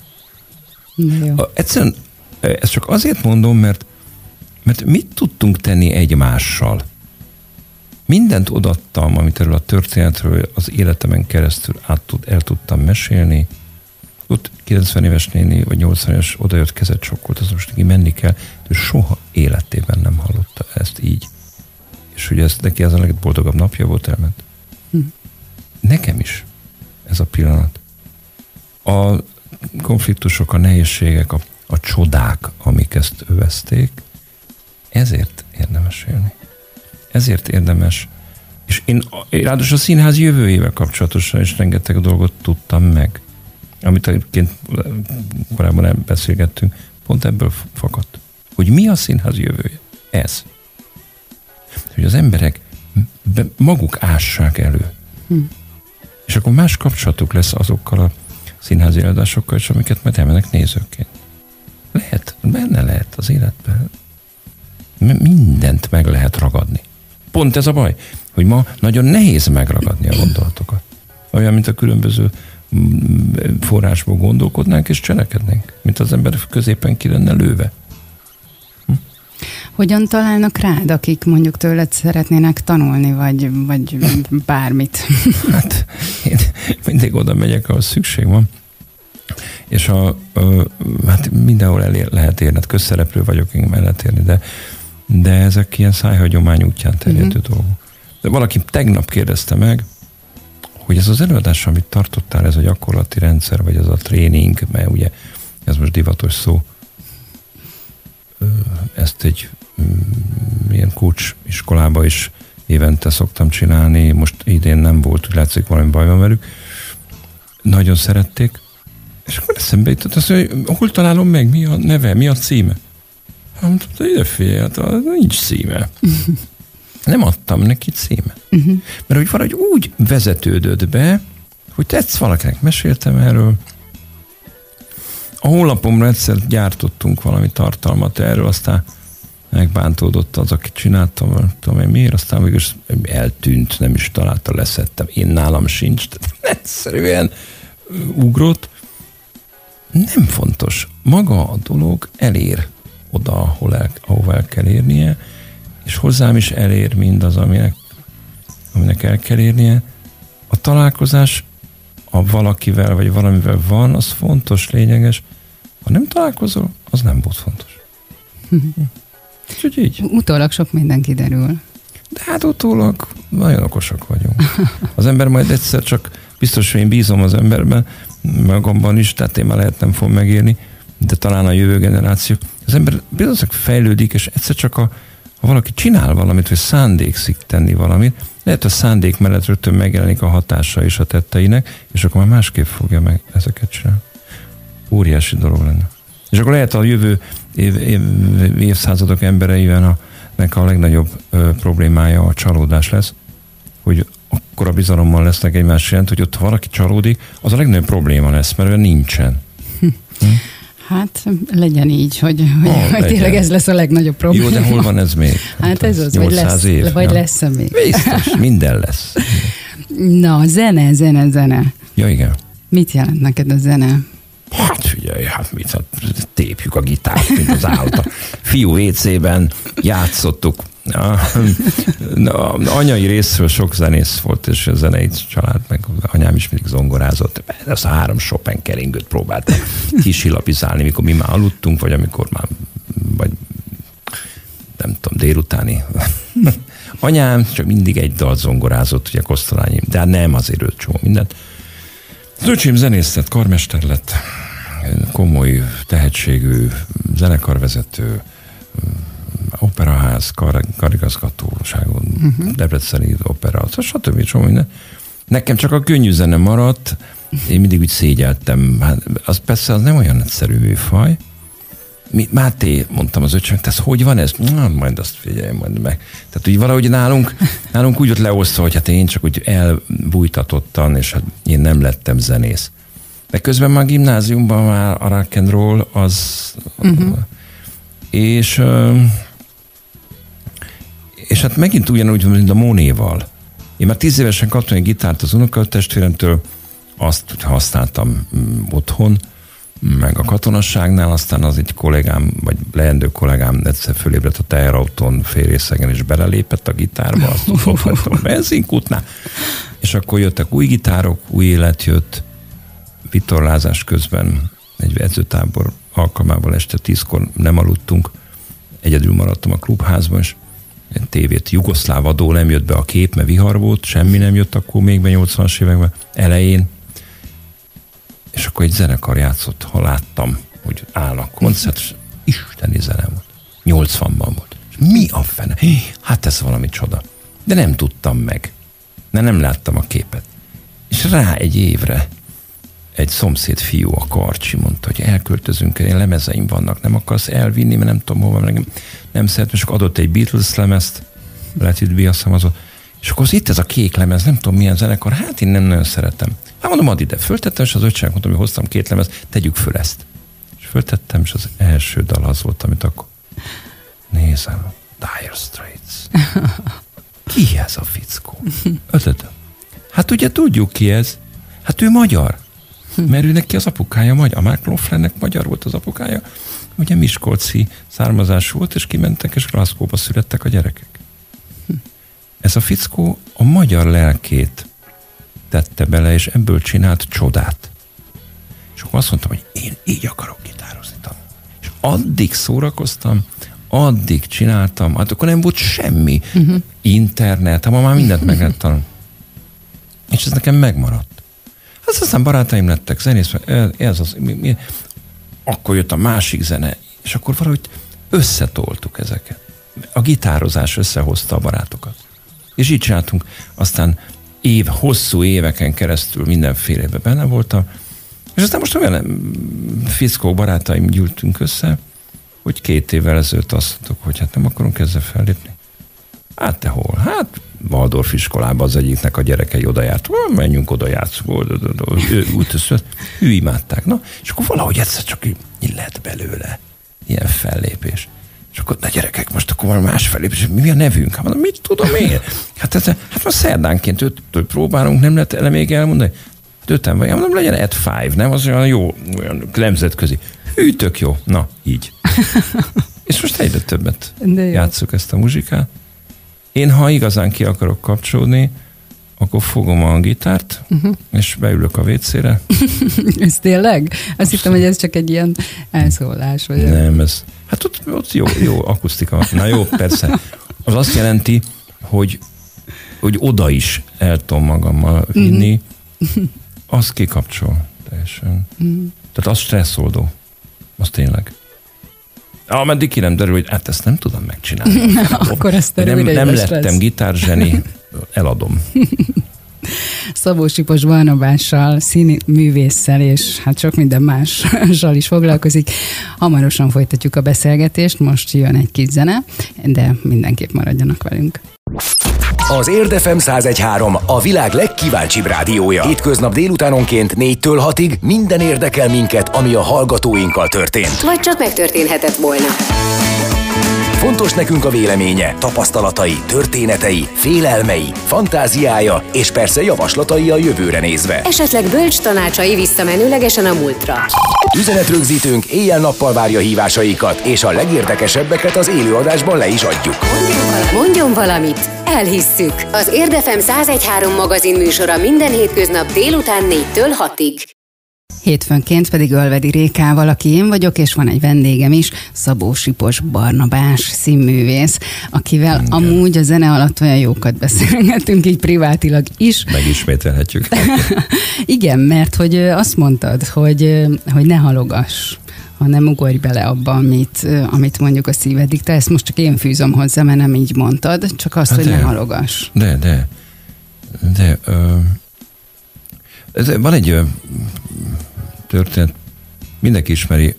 A, egyszerűen ezt csak azért mondom, mert, mert mit tudtunk tenni egymással? Mindent odaadtam, amit erről a történetről az életemen keresztül át tud, el tudtam mesélni. Ott kilencven éves néni, vagy nyolcvan éves odajött, kezet sokkolt, az most neki menni kell, de soha életében nem hallotta ezt így. És ugye ez neki az a legboldogabb napja volt, elment. Hm. Nekem is ez a pillanat. A konfliktusok, a nehézségek, a, a csodák, amik ezt övezték, ezért érdemes élni. Ezért érdemes. És én ráadásul a színház jövőjével kapcsolatosan is rengeteg dolgot tudtam meg, amit egyébként korábban nem beszélgettünk, pont ebből fakadt. Hogy mi a színház jövője? Ez. Hogy az emberek maguk ássák elő. Hm. És akkor más kapcsolatuk lesz azokkal a színházi előadásokkal, és amiket majd elmennek nézőként. Lehet, benne lehet az életben. Mindent meg lehet ragadni. Pont ez a baj, hogy ma nagyon nehéz megragadni a gondolatokat. Olyan, mint a különböző forrásból gondolkodnánk és cselekednénk, mint az ember középen ki lenne lőve. Hm? Hogyan találnak rád, akik mondjuk tőled szeretnének tanulni, vagy, vagy bármit? Hát én mindig oda megyek, ahol szükség van. És a, a, hát mindenhol elér, lehet érni, közszereplő vagyok, én el lehet érni, de, de ezek ilyen szájhagyomány útján terjedő uh-huh. dolgok. De valaki tegnap kérdezte meg, hogy ez az előadás, amit tartottál, ez a gyakorlati rendszer, vagy ez a tréning, mert ugye ez most divatos szó, ezt egy ilyen coach iskolába is évente szoktam csinálni, most idén nem volt, úgy látszik valami baj van velük. Nagyon szerették, és akkor eszembe jutott azt, hogy hol találom meg, mi a neve, mi a címe? Hát mondta, ide figyelj, hát nincs címe. Nem adtam neki címe. Uh-huh. Mert hogy valahogy úgy vezetődött be, hogy tetsz valakinek, meséltem erről. A honlapomra egyszer gyártottunk valami tartalmat erről, aztán megbántódott az, aki csináltam, nem tudom én miért, aztán mégis eltűnt, nem is találta, leszettem. Én nálam sincs. Tehát egyszerűen ugrott. Nem fontos. Maga a dolog elér oda, ahol el, ahova el kell érnie, és hozzám is elér mindaz, aminek, aminek el kell érnie. A találkozás a valakivel, vagy valamivel van, az fontos, lényeges. Ha nem találkozol, az nem volt fontos. Úgyhogy így. Utólag sok minden kiderül. De hát utólag nagyon okosak vagyunk. Az ember majd egyszer csak, biztos, hogy én bízom az emberben, magamban is, tehát én már lehet nem fogom megérni, de talán a jövő generációk. Az ember biztos fejlődik, és egyszer csak a, ha valaki csinál valamit, vagy szándékszik tenni valamit, lehet a szándék mellett rögtön megjelenik a hatása is a tetteinek, és akkor már másképp fogja meg ezeket csinálni. Óriási dolog lenne. És akkor lehet a jövő év, év, évszázadok embereiben a, nek a legnagyobb ö, problémája a csalódás lesz, hogy akkora bizalommal lesznek egymás jelent, hogy ott ha valaki csalódik, az a legnagyobb probléma lesz, mert olyan nincsen. Hm? Hát legyen így, hogy, hogy, oh, hogy tényleg ez lesz a legnagyobb probléma. Jó, de hol van ez még? Hát ez az, vagy lesz, év, vagy ja. lesz még. Biztos, minden lesz. Na, zene, zene, zene. Ja, igen. Mit jelent neked a zene? Hát figyelj, hát mit, hát tépjük a gitárt, mint az állat. A fiú vécében játszottuk. A anyai részről sok zenész volt, és a zenei család, meg anyám is mindig zongorázott. Ezt a három Chopin keringőt próbáltam kisilapizálni, mikor mi már aludtunk, vagy amikor már, vagy nem tudom, délutáni. Anyám csak mindig egy dalt zongorázott, ugye Kosztolányi, de hát nem, azért ő csomó mindent. Az öcsém zenész lett, karmester lett, komoly, tehetségű zenekarvezető, operaház, kar, karigazgatóságon, uh-huh. Debreceni opera, stb. Csomó minden. Nekem csak a könnyű zene maradt, én mindig úgy szégyeltem. Hát, az persze az nem olyan egyszerű műfaj. Mi, Máté, mondtam az öccsöm, ez hogy van ez? Na, majd azt figyelj, majd meg. Tehát úgy valahogy nálunk, nálunk úgy ott leosztva, hogy hát én csak úgy elbújtatottan, és hát én nem lettem zenész. De közben már a gimnáziumban már a rock and roll az... Uh-huh. És... És hát megint ugyanúgy, mint a Monéval. Én már tíz évesen kaptam egy gitárt az unokatestvéremtől, azt használtam otthon, meg a katonasságnál, aztán az egy kollégám, vagy leendő kollégám egyszer fölébredt a teherautón félrészegen, és belelépett a gitárba, azt foghattam a benzinkútnál. És akkor jöttek új gitárok, új élet jött, vitorlázás közben egy edzőtábor alkalmával este tízkor nem aludtunk, egyedül maradtam a klubházban, és egy tévét, jugoszláv adó nem jött be a kép, mert vihar volt, semmi nem jött akkor még be nyolcvanas években, elején. És akkor egy zenekar játszott, ha láttam, hogy állnak koncert, és isteni zene volt. nyolcvanban volt. És mi a fene? Hát ez valami csoda. De nem tudtam meg. De nem láttam a képet. És rá egy évre egy szomszéd fiú, a Karcsi mondta, hogy elköltözünk, én lemezeim vannak, nem akarsz elvinni, mert nem tudom hova, nem, nem szeretem, és akkor adott egy Beatles lemezt, Let It Be, azt hiszem az, és akkor az itt ez a kék lemez, nem tudom milyen zenekar, hát én nem nagyon szeretem. Hát mondom, add ide. Föltettem, és az öccség mondtam, hogy hoztam két lemez, tegyük föl ezt. És föltettem, és az első dal az volt, amit akkor nézem, Dire Straits. Ki ez a fickó? Ötödöm. Hát ugye tudjuk ki ez. Hát ő magyar. Mert ő neki az apukája magyar. A Mark Knopflernek magyar volt az apukája. Ugye miskolci származás volt, és kimentek, és Glasgow-ba születtek a gyerekek. Ez a fickó a magyar lelkét tette bele, és ebből csinált csodát. És akkor azt mondtam, hogy én így akarok gitározni. És addig szórakoztam, addig csináltam, hát akkor nem volt semmi. Uh-huh. Internet, ha ma már mindent meg lehet tanulni. És ez nekem megmaradt. Hát aztán barátaim lettek, zenész, ez az, mi, mi, akkor jött a másik zene, és akkor valahogy összetoltuk ezeket. A gitározás összehozta a barátokat. És így csináltunk, aztán év, hosszú éveken keresztül mindenfélében benne voltam, és aztán most olyan fickó barátaim gyűltünk össze, hogy két évvel ezelőtt azt mondtuk, hogy hát nem akarunk ezzel fellépni. Hát te hol? Hát Waldorf iskolában az egyiknek a gyerekei oda járt. Menjünk oda, játszunk. Ő imádták. Na, és akkor valahogy egyszer csak így lett belőle ilyen fellépés. És akkor, na gyerekek, most akkor van más fellépés. Mi a nevünk? Hát mondom, mit tudom én? Hát, ez, hát most szerdánként öttől próbálunk, nem lehet el még elmondani? Hát öten vagy, mondom, legyen Ed Five, nem? Az olyan jó, olyan nemzetközi. Hű, tök jó. Na, így. És most egyre többet játsszuk ezt a muzsikát. Én, ha igazán ki akarok kapcsolódni, akkor fogom a gitárt, uh-huh. és beülök a vécére. Ez tényleg? Azt hittem, hogy ez csak egy ilyen elszólás. Vagy nem, ez... Hát ott, ott jó, jó akusztika. Na jó, persze. Az azt jelenti, hogy, hogy oda is el tudom magammal vinni, uh-huh. az kikapcsol teljesen. Uh-huh. Tehát az stresszoldó. Az tényleg. Ameddig ki nem derül, hogy hát ezt nem tudom megcsinálni. Akkor ezt nem, nem lettem gitárzseni, eladom. Szabó Sipos Barnabással, színművésszel és hát sok minden mással is foglalkozik. Hamarosan folytatjuk a beszélgetést, most jön egy kis zene, de mindenképp maradjanak velünk. Az Érd ef em száz egy három a világ legkíváncsibb rádiója. Hétköznap délutánonként négytől hatig minden érdekel minket, ami a hallgatóinkkal történt. Vagy csak megtörténhetett volna. Fontos nekünk a véleménye, tapasztalatai, történetei, félelmei, fantáziája és persze javaslatai a jövőre nézve. Esetleg bölcs tanácsai visszamenőlegesen a múltra. Üzenetrögzítőnk éjjel-nappal várja hívásaikat, és a legérdekesebbeket az élőadásban le is adjuk. Mondjon valamit, elhisszük. Az Érd ef em száz egy három magazin műsora minden hétköznap délután négytől hatig. Hétfőnként pedig Ölvedi Rékával, aki én vagyok, és van egy vendégem is, Szabó Sipos Barnabás színművész, akivel igen. amúgy a zene alatt olyan jókat beszélgetünk, így privátilag is. Megismételhetjük. Igen, mert hogy azt mondtad, hogy, hogy ne halogass, hanem ugorj bele abba, amit, amit mondjuk a szíved diktál. Ezt most csak én fűzöm hozzá, mert nem így mondtad, csak azt, hát hogy de, ne halogass. De, de, de, ö, de van egy ö, történet, mindenki ismeri,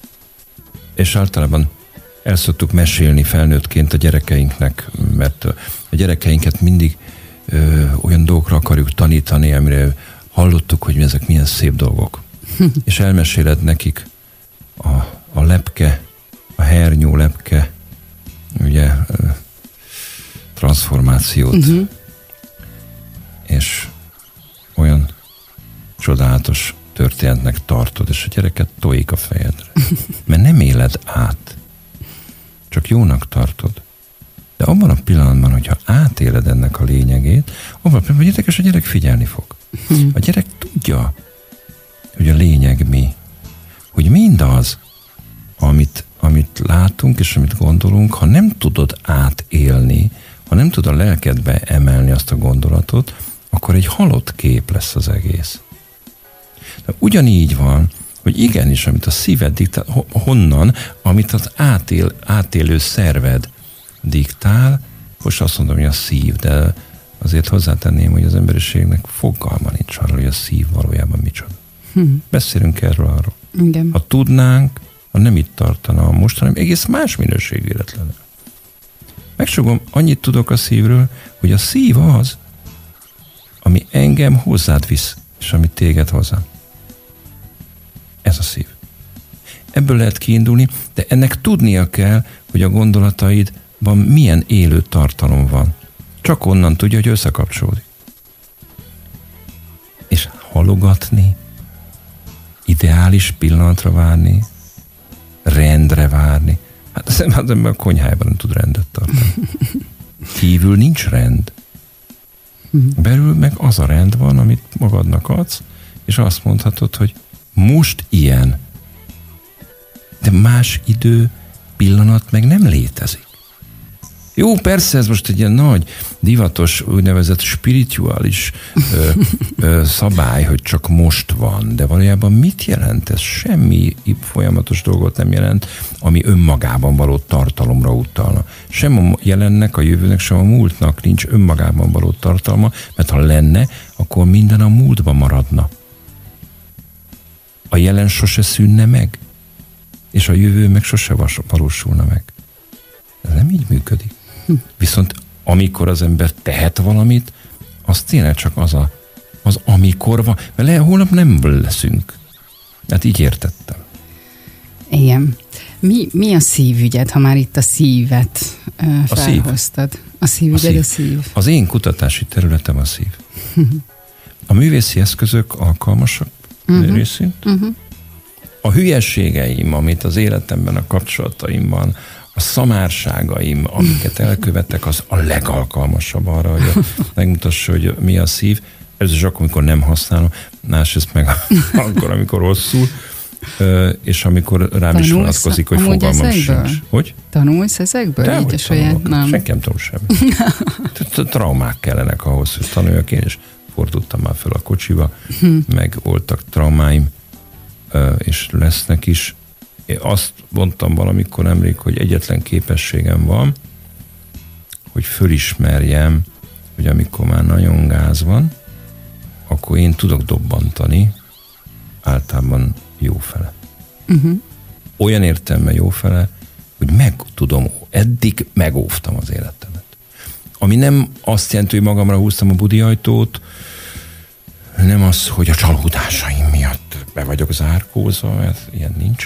és általában el szoktuk mesélni felnőttként a gyerekeinknek, mert a gyerekeinket mindig ö, olyan dolgokra akarjuk tanítani, amire hallottuk, hogy ezek milyen szép dolgok. És elmeséled nekik a, a lepke, a hernyó lepke, ugye, ö, transformációt, uh-huh. és olyan csodálatos történetnek tartod, és a gyereket tojik a fejedre. Mert nem éled át. Csak jónak tartod. De abban a pillanatban, hogyha átéled ennek a lényegét, abban a pillanatban, hogy érdekes, a gyerek figyelni fog. A gyerek tudja, hogy a lényeg mi. Hogy mindaz, amit, amit látunk, és amit gondolunk, ha nem tudod átélni, ha nem tudod a lelkedbe emelni azt a gondolatot, akkor egy halott kép lesz az egész. De ugyanígy van, hogy igenis, amit a szíved diktál, honnan, amit az átél, átélő szerved diktál, most azt mondom, hogy a szív, de azért hozzátenném, hogy az emberiségnek fogalma nincs arról, hogy a szív valójában micsoda. Hm. Beszélünk erről arról. Igen. Ha tudnánk, ha nem itt tartana a most, hanem egész más minőségű élet lenne. Megsugom, annyit tudok a szívről, hogy a szív az, ami engem hozzád visz és ami téged hozzá. Ez a szív. Ebből lehet kiindulni, de ennek tudnia kell, hogy a gondolataidban milyen élő tartalom van. Csak onnan tudja, hogy összekapcsolódik. És halogatni, ideális pillanatra várni, rendre várni. Hát az ember a konyhájában nem tud rendet tartani. Kívül nincs rend. Belül meg az a rend van, amit magadnak adsz, és azt mondhatod, hogy most ilyen. De más idő, pillanat meg nem létezik. Jó, persze ez most egy ilyen nagy, divatos, úgynevezett spirituális ö, ö, szabály, hogy csak most van, de valójában mit jelent ez? Semmi folyamatos dolgot nem jelent, ami önmagában való tartalomra utalna. Sem a jelennek, a jövőnek, sem a múltnak nincs önmagában való tartalma, mert ha lenne, akkor minden a múltban maradna. A jelen sose szűnne meg, és a jövő meg sose valósulna meg. Ez nem így működik. Viszont amikor az ember tehet valamit, az tényleg csak az a, az amikor van. Mert le, holnap nem leszünk. Hát így értettem. Igen. Mi, mi a szívügyed, ha már itt a szívet uh, felhoztad? A szívügyed a szív. a szív. Az én kutatási területem a szív. A művészi eszközök alkalmasak uh-huh. részint. Uh-huh. A hülyességeim, amit az életemben, a kapcsolataimban, a szamárságaim, amiket elkövetek, az a legalkalmasabb arra, hogy megmutassa, hogy mi a szív. Ez is akkor, amikor nem használom, másrészt meg akkor, amikor rosszul, és amikor rám is vonatkozik, hogy fogalmam sincs. Hogy? Tanulsz ezekből? De, így a saját, nem. Senki nem tanul semmit. Traumák kellenek ahhoz, hogy tanuljak. Én is fordultam már fel a kocsiba, meg voltak traumáim, és lesznek is. Én azt mondtam valamikor nemrég, hogy egyetlen képességem van, hogy fölismerjem, hogy amikor már nagyon gáz van, akkor én tudok dobbantani, általában jófele. Uh-huh. Olyan értelemben jófele, hogy meg tudom, eddig megóvtam az életemet. Ami nem azt jelenti, hogy magamra húztam a budi ajtót, nem az, hogy a csalódásaim miatt be vagyok zárkózva, mert ilyen nincs.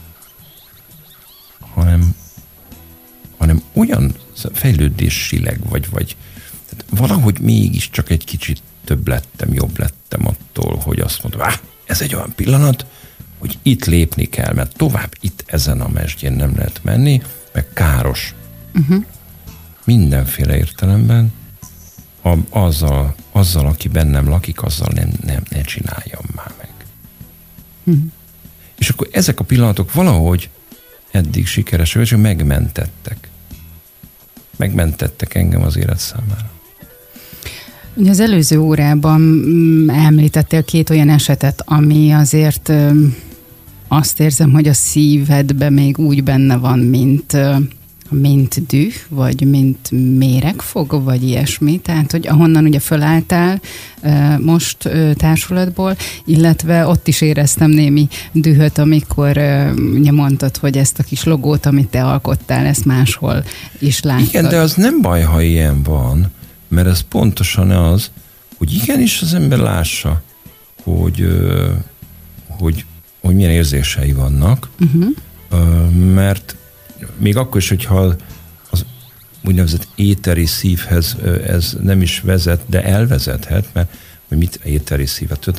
hanem, hanem olyan fejlődésileg, vagy, vagy tehát valahogy mégis csak egy kicsit több lettem, jobb lettem attól, hogy azt mondom, ah, ez egy olyan pillanat, hogy itt lépni kell, mert tovább itt ezen a mesdjén nem lehet menni, meg káros. Uh-huh. Mindenféle értelemben a, azzal, azzal, aki bennem lakik, azzal nem, nem, ne csináljam már meg. Uh-huh. És akkor ezek a pillanatok valahogy eddig sikeresek, és megmentettek. Megmentettek engem az élet számára. Ugye az előző órában említettél két olyan esetet, ami azért azt érzem, hogy a szívedben még úgy benne van, mint, mint düh, vagy mint méregfog, vagy ilyesmi. Tehát, hogy ahonnan ugye fölálltál most társulatból, illetve ott is éreztem némi dühöt, amikor ugye mondtad, hogy ezt a kis logót, amit te alkottál, ezt máshol is láttad. Igen, de az nem baj, ha ilyen van, mert ez pontosan az, hogy igenis az ember lássa, hogy, hogy, hogy milyen érzései vannak, uh-huh. mert még akkor is, hogyha az úgynevezett éteri szívhez ez nem is vezet, de elvezethet, mert hogy mit éteri szívet?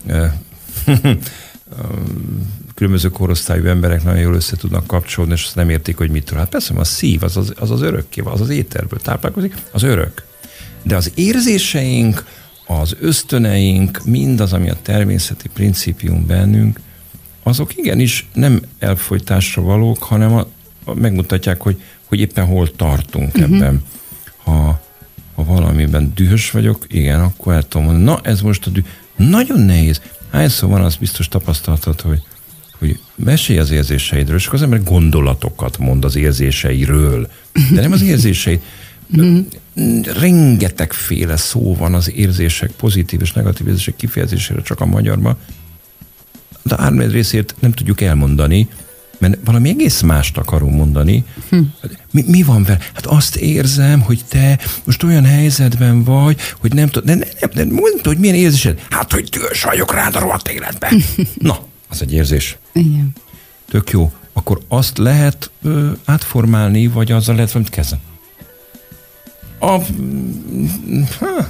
Különböző korosztályú emberek nagyon jól össze tudnak kapcsolódni, és azt nem értik, hogy mitől. Hát persze, a szív az az, az, az örökké, az az éterből táplálkozik, az örök. De az érzéseink, az ösztöneink, mindaz, ami a természeti principium bennünk, azok igenis nem elfolytásra valók, hanem a, a, megmutatják, hogy, hogy éppen hol tartunk uh-huh. ebben. Ha, ha valamiben dühös vagyok, igen, akkor el tudom mondani, na ez most a düh. Nagyon nehéz. Hányszor van, az biztos tapasztaltad, hogy, hogy mesélj az érzéseidről, és akkor az ember gondolatokat mond az érzéseiről, de nem az érzéseid. Mm. Rengetegféle szó van az érzések, pozitív és negatív érzések kifejezésére csak a magyarban, de ármed részét nem tudjuk elmondani, Mert valami egész mást akarom mondani. Hm. Mi, mi van vele? Hát azt érzem, hogy te most olyan helyzetben vagy, hogy nem tudod, nem, nem, nem, nem mondta, hogy milyen érzésed? Hát, hogy dühös vagyok rád a rohadt életben. Na, az egy érzés. Igen. Tök jó. Akkor azt lehet ö, átformálni, vagy azzal lehet valamit kezdeni. A, ha,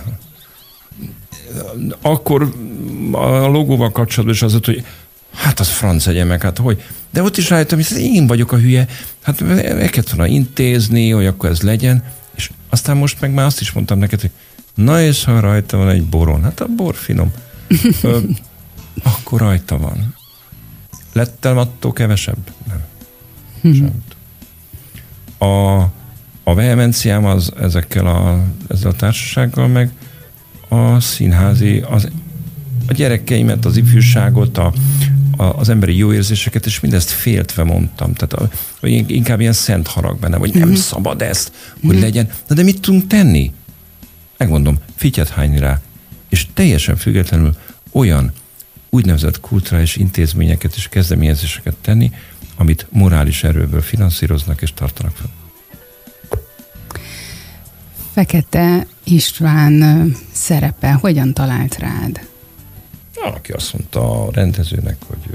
akkor a logóval kapcsolatban is az, hogy hát az franc egye meg, hát hogy? De ott is rájöttem, hogy én vagyok a hülye, hát el kellett volna intézni, hogy akkor ez legyen, és aztán most meg már azt is mondtam neked, hogy na és ha rajta van egy boron, hát a bor finom, Ö, akkor rajta van. Lettem attól kevesebb? Nem. Sem. A, a vehemenciám az ezekkel a, ezzel a társasággal, meg a színházi, az, a gyerekeimet, az ifjúságot, a, a, az emberi jó érzéseket, és mindezt féltve mondtam. Tehát a, hogy inkább ilyen szent harag benne, hogy nem mm-hmm. szabad ezt, hogy mm-hmm. legyen. Na de mit tudunk tenni? Megmondom, fityet hányni rá. És teljesen függetlenül olyan úgynevezett kulturális intézményeket és kezdeményezéseket tenni, amit morális erőből finanszíroznak és tartanak fel. Fekete István szerepe hogyan talált rád? Valaki azt mondta a rendezőnek, hogy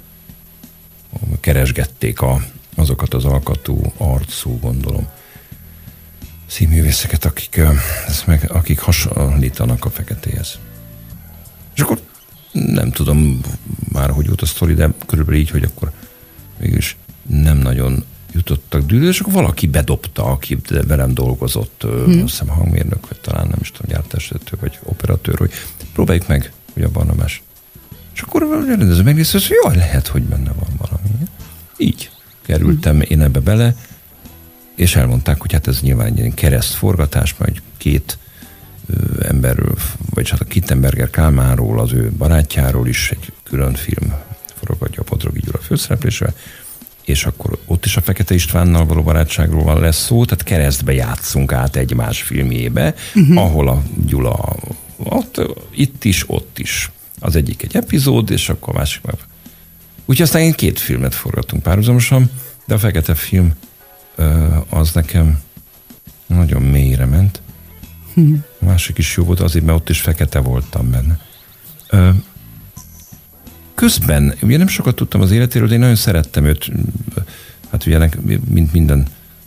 keresgették a, azokat az alkatú arcú, gondolom, színművészeket, akik, meg, akik hasonlítanak a feketéhez. És akkor nem tudom már, hogy volt a sztori, de körülbelül így, hogy akkor mégis nem nagyon jutottak dűlő, és akkor valaki bedobta, aki velem dolgozott, hmm. azt hiszem hangmérnök, vagy talán nem is tudom, gyártásvezető, vagy operatőr, hogy próbáljuk meg, hogy a Barnabás. És akkor a rendező megnézte, hogy jaj, lehet, hogy benne van valami. Így kerültem hmm. én ebbe bele, és elmondták, hogy hát ez nyilván egy keresztforgatás, majd két ö, emberről, vagy hát a Kittenberger Kálmánról, az ő barátjáról is egy külön film forgatja a Podrogi Gyula főszereplésével, és akkor ott is a Fekete Istvánnal való barátságról lesz szó, tehát keresztbe játszunk át egymás filmjébe, uh-huh. ahol a Gyula ott, itt is, ott is. Az egyik egy epizód, és akkor a másik meg. Úgyhogy aztán én két filmet forgatunk párhuzamosan, de a Fekete film az nekem nagyon mélyre ment. Uh-huh. A másik is jó volt azért, mert ott is fekete voltam benne. Közben, ugye nem sokat tudtam az életéről, de én nagyon szerettem őt, hát ugye mint minden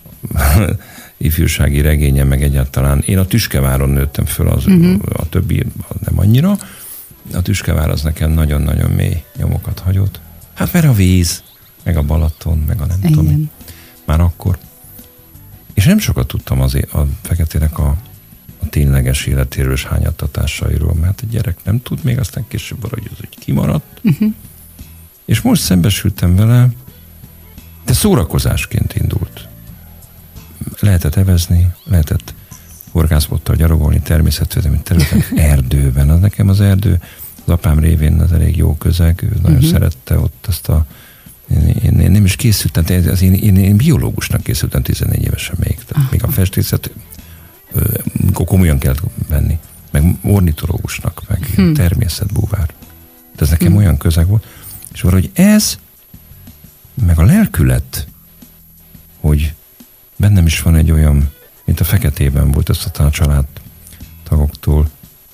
ifjúsági regényem, meg egyáltalán. Én a Tüskeváron nőttem föl, az, uh-huh. a többi nem annyira. A Tüskevár az nekem nagyon-nagyon mély nyomokat hagyott. Hát mert a víz, meg a Balaton, meg a nem Igen. tudom, már akkor. És nem sokat tudtam azért a Feketének a, a tényleges életéről és hányattatásairól, mert egy gyerek nem tud még, aztán később arra, hogy az úgy kimaradt. Uh-huh. És most szembesültem vele, de szórakozásként indult. Lehetett evezni, lehetett horgászbottal gyalogolni természetvédelmi területen, erdőben. Az nekem az erdő, az apám révén az elég jó közeg, ő nagyon uh-huh. szerette ott ezt a Én, én, én nem is készültem, az én, én, én biológusnak készültem tizennégy évesen még. Tehát még a festészet komolyan kellett venni. Meg ornitológusnak, meg hmm. természetbúvár. Tehát ez nekem hmm. olyan közeg volt. És valahogy ez, meg a lelkület, hogy bennem is van egy olyan, mint a Feketében volt, ezt a családtagoktól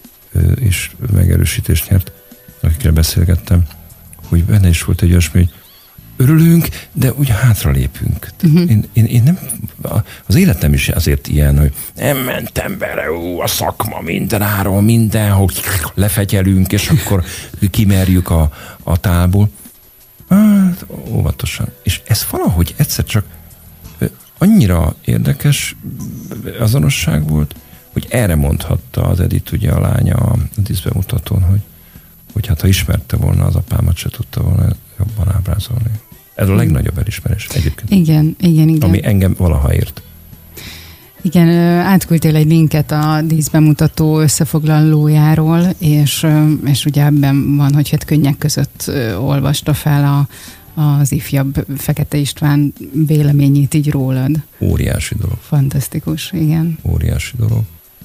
és megerősítést nyert, akikkel beszélgettem, hogy benne is volt egy olyasmi, hogy örülünk, de úgy hátralépünk. Uh-huh. Én, én, én nem, az életem is azért ilyen, hogy nem mentem bele, ú, a szakma minden áron, mindenhol lefegyelünk, és akkor kimerjük a, a tálból. Hát, óvatosan. És ez valahogy egyszer csak annyira érdekes azonosság volt, hogy erre mondhatta az Edith, ugye a lánya a díszbemutatón, hogy, hogy hát ha ismerte volna az apámat, se tudta volna jobban ábrázolni. Ez a legnagyobb elismerés egyébként. Igen, igen, igen. Ami engem valaha ért. Igen, átküldtél egy linket a díszbemutató összefoglalójáról, és, és ugye ebben van, hogy hát könnyek között olvasta fel a, az ifjabb Fekete István véleményét így rólad. Óriási dolog. Fantasztikus, igen. Óriási dolog.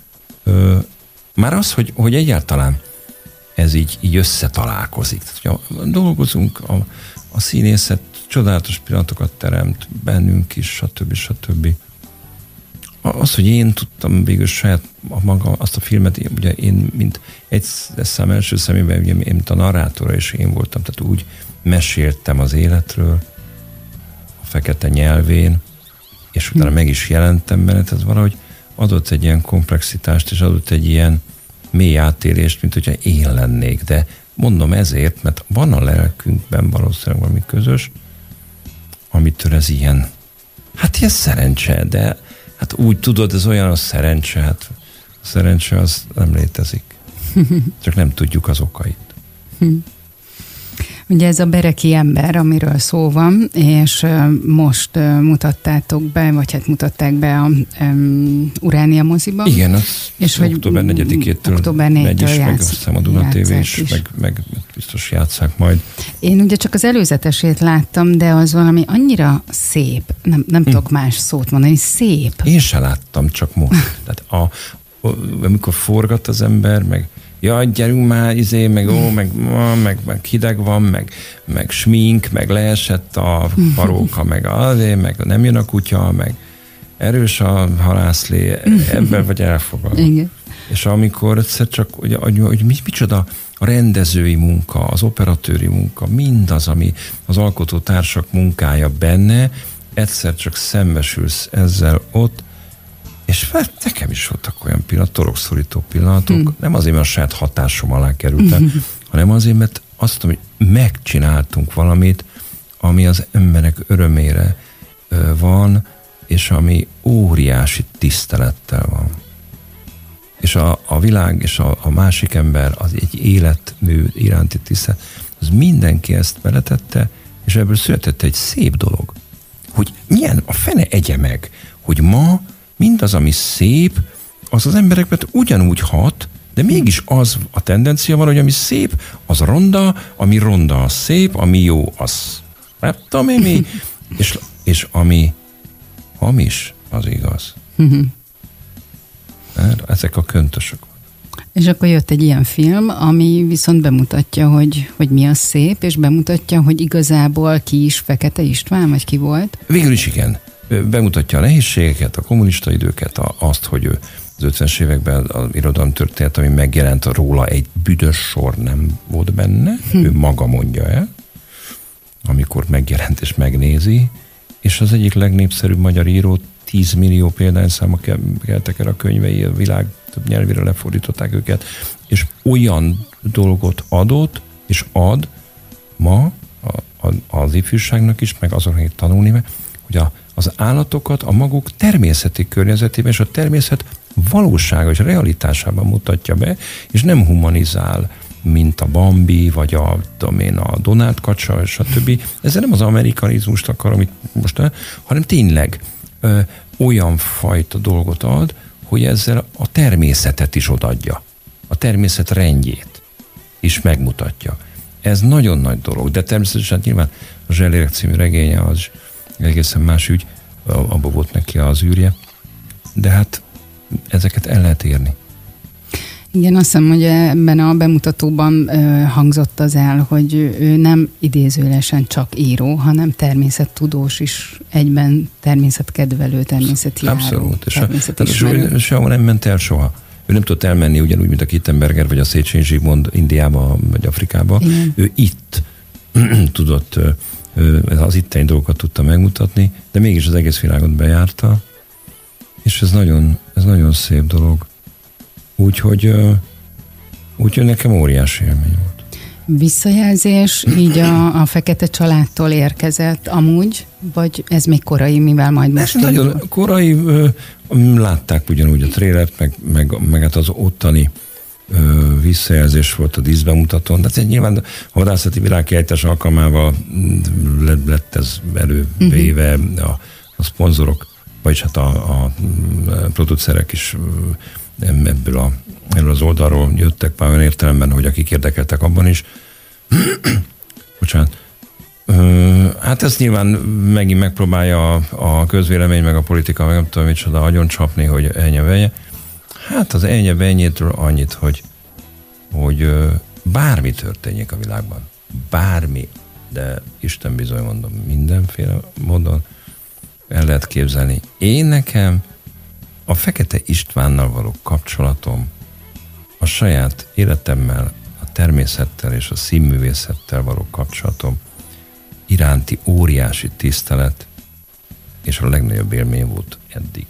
Ö, már az, hogy, hogy egyáltalán ez így, így összetalálkozik. Tehát, dolgozunk, a, a színészet csodálatos pillanatokat teremt bennünk is, stb. stb. Az, hogy én tudtam végül saját maga azt a filmet, ugye én, mint egy szám első szemében, ugye én, mint a narrátora, és én voltam, tehát úgy meséltem az életről, a fekete nyelvén, és utána meg is jelentem benne, tehát valahogy adott egy ilyen komplexitást, és adott egy ilyen mély átélést, mint hogyha én lennék, de mondom ezért, mert van a lelkünkben valószínűleg valami közös, amitől ez ilyen, hát ilyen szerencse, de hát úgy tudod, ez olyan a szerencse, hát a szerencse az nem létezik. Csak nem tudjuk az okait. Ugye ez a bereki ember, amiről szó van, és most mutattátok be, vagy hát mutatták be a um, Uránia moziban. Igen, az, és az október negyedikétől október megy is, meg azt hiszem a Duna té vé is, meg, meg biztos játsszák majd. Én ugye csak az előzetesét láttam, de az valami annyira szép, nem, nem hm. tudok más szót mondani, szép. Én se láttam, csak most. Tehát a, a, amikor forgat az ember, meg jaj, gyerünk már, izé, meg ó, meg, meg, meg hideg van, meg, meg smink, meg leesett a paróka, meg azért, meg nem jön a kutya, meg erős a halászlé, ebben vagy elfogadva. Igen. És amikor egyszer csak, hogy, hogy, hogy mi, micsoda a rendezői munka, az operatőri munka, mindaz, ami az alkotótársak munkája benne, egyszer csak szembesülsz ezzel ott, és hát nekem is voltak olyan pillanat, torogszorító pillanatok, hmm. nem azért, mert a saját hatásom alá kerültem, hmm. hanem azért, mert azt tudom, hogy megcsináltunk valamit, ami az emberek örömére ö, van, és ami óriási tisztelettel van. És a, a világ és a, a másik ember, az egy életmű iránti tisztelet, az mindenki ezt beletette, és ebből született egy szép dolog, hogy milyen a fene egye meg, hogy ma mindaz, ami szép, az az emberekben ugyanúgy hat, de mégis az a tendencia van, hogy ami szép, az ronda, ami ronda, az szép, ami jó, az nem tudom én mi, és, és ami hamis, az igaz. Ezek a köntösök. És akkor jött egy ilyen film, ami viszont bemutatja, hogy, hogy mi a szép, és bemutatja, hogy igazából ki is Fekete István, vagy ki volt? Végül is igen. Bemutatja a nehézségeket, a kommunista időket, a, azt, hogy az ötvenes években az irodalom történet, ami megjelent róla, egy büdös sor nem volt benne, hm. ő maga mondja el, amikor megjelent és megnézi, és az egyik legnépszerűbb magyar író, tíz millió példányszáma keltek el a könyvei, a világ több nyelvére lefordították őket, és olyan dolgot adott, és ad ma a, a, az ifjúságnak is, meg azoknak, akik tanulni meg, hogy a, az állatokat a maguk természeti környezetében, és a természet valósága és realitásában mutatja be, és nem humanizál, mint a Bambi, vagy a, tudom én, a Donald kacsa, és a többi. Ezzel nem az amerikanizmust akarom itt most, ne, hanem tényleg ö, olyan fajta dolgot ad, hogy ezzel a természetet is odadja. A természet rendjét is megmutatja. Ez nagyon nagy dolog, de természetesen nyilván a Zsellérek című regénye az egészen más ügy, abban volt neki az űrje, de hát ezeket el lehet érni. Igen, azt hiszem, hogy ebben a bemutatóban hangzott az el, hogy ő nem idézőlesen csak író, hanem természettudós is, egyben természetkedvelő, természetjáró. Abszolút, és ő sehol nem ment el soha. Ő nem tudott elmenni ugyanúgy, mint a Kittenberger, vagy a Széchenyi Zsigmond Indiába, vagy Afrikába. Igen. Ő itt tudott, az itteni dolgokat tudta megmutatni, de mégis az egész világot bejárta, és ez nagyon, ez nagyon szép dolog. Úgyhogy, úgyhogy nekem óriási élmény volt. Visszajelzés így a, a Fekete családtól érkezett amúgy, vagy ez még korai, mivel majd most... Nagyon indul? Korai, látták ugyanúgy a trélert, meg, meg, meg hát az ottani visszajelzés volt a díszbemutatón, de hát nyilván a vadászati világkiállítás alkalmával lett ez elővéve, uh-huh. a, a szponzorok, vagyis hát a, a producerek is ebből, a, ebből az oldalról jöttek már olyan értelemben, hogy akik érdekeltek abban is. Bocsánat. Hát ezt nyilván megint megpróbálja a, a közvélemény, meg a politika, meg nem tudom micsoda, agyon csapni, hogy ennye-venye. Hát az ennye-venyétől annyit, hogy, hogy bármi történjék a világban, bármi, de Isten bizony mondom, mindenféle módon el lehet képzelni. Én nekem a Fekete Istvánnal való kapcsolatom, a saját életemmel, a természettel és a színművészettel való kapcsolatom iránti óriási tisztelet, és a legnagyobb élmény volt eddig.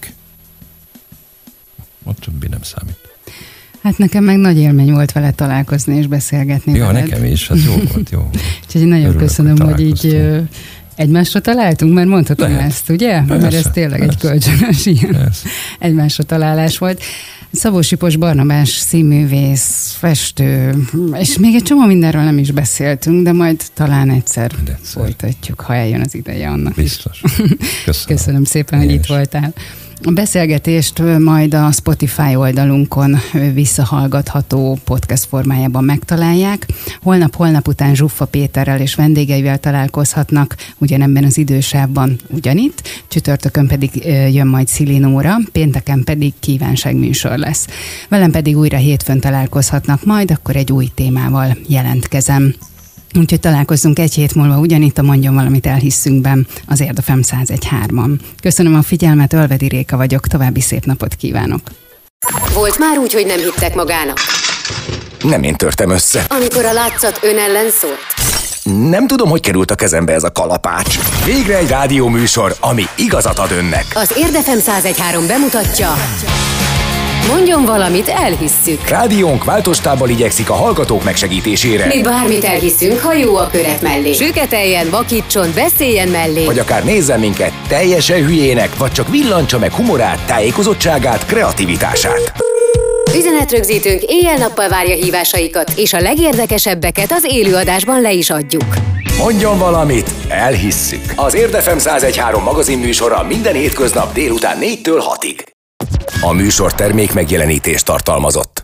A többi nem számít. Hát nekem meg nagy élmény volt vele találkozni és beszélgetni. Ja, veled. Nekem is, hát jó volt, jó. Úgyhogy nagyon Örülök, köszönöm, hogy hogy így ö, egymásra találtunk, mert mondhatom Lehet. ezt, ugye? Persze, mert ez tényleg persze. egy kölcsönös ilyen Persze. egymásra találás volt. Szabó Sipos Barnabás színművész, festő, és még egy csomó mindenről nem is beszéltünk, de majd talán egyszer, egyszer. folytatjuk, ha eljön az ideje annak. Biztos. Köszönöm. Köszönöm szépen, Én hogy itt is. voltál. A beszélgetést majd a Spotify oldalunkon visszahallgatható podcast formájában megtalálják. Holnap-holnap után Zsuffa Péterrel és vendégeivel találkozhatnak, ugyanebben az idősávban ugyanitt, csütörtökön pedig jön majd Szilinóra, pénteken pedig kívánságműsor lesz. Velem pedig újra hétfőn találkozhatnak majd, akkor egy új témával jelentkezem. Úgyhogy találkozzunk egy hét múlva ugyanitt a Mondjon Valamit Elhisszünkben, az Érdefem száz egy hármon. Köszönöm a figyelmet, Ölvedi Réka vagyok, további szép napot kívánok. Volt már úgy, hogy nem hittek magának? Nem én törtem össze. Amikor a látszat ön ellen szólt? Nem tudom, hogy került a kezembe ez a kalapács. Végre egy rádióműsor, ami igazat ad önnek. Az Érdefem száz egy három bemutatja. Mondjon valamit, elhisszük. Rádiónk változtával igyekszik a hallgatók megsegítésére. Mi bármit elhiszünk, ha jó a köret mellé. Süketeljen, vakítson, beszéljen mellé. Vagy akár nézzen minket teljesen hülyének, vagy csak villantsa meg humorát, tájékozottságát, kreativitását. Üzenetrögzítőnk éjjel-nappal várja hívásaikat, és a legérdekesebbeket az élőadásban le is adjuk. Mondjon valamit, elhisszük. Az Érdefem száz egy három magazinműsora minden hétköznap délután négytől hatig. A műsor termék megjelenítést tartalmazott.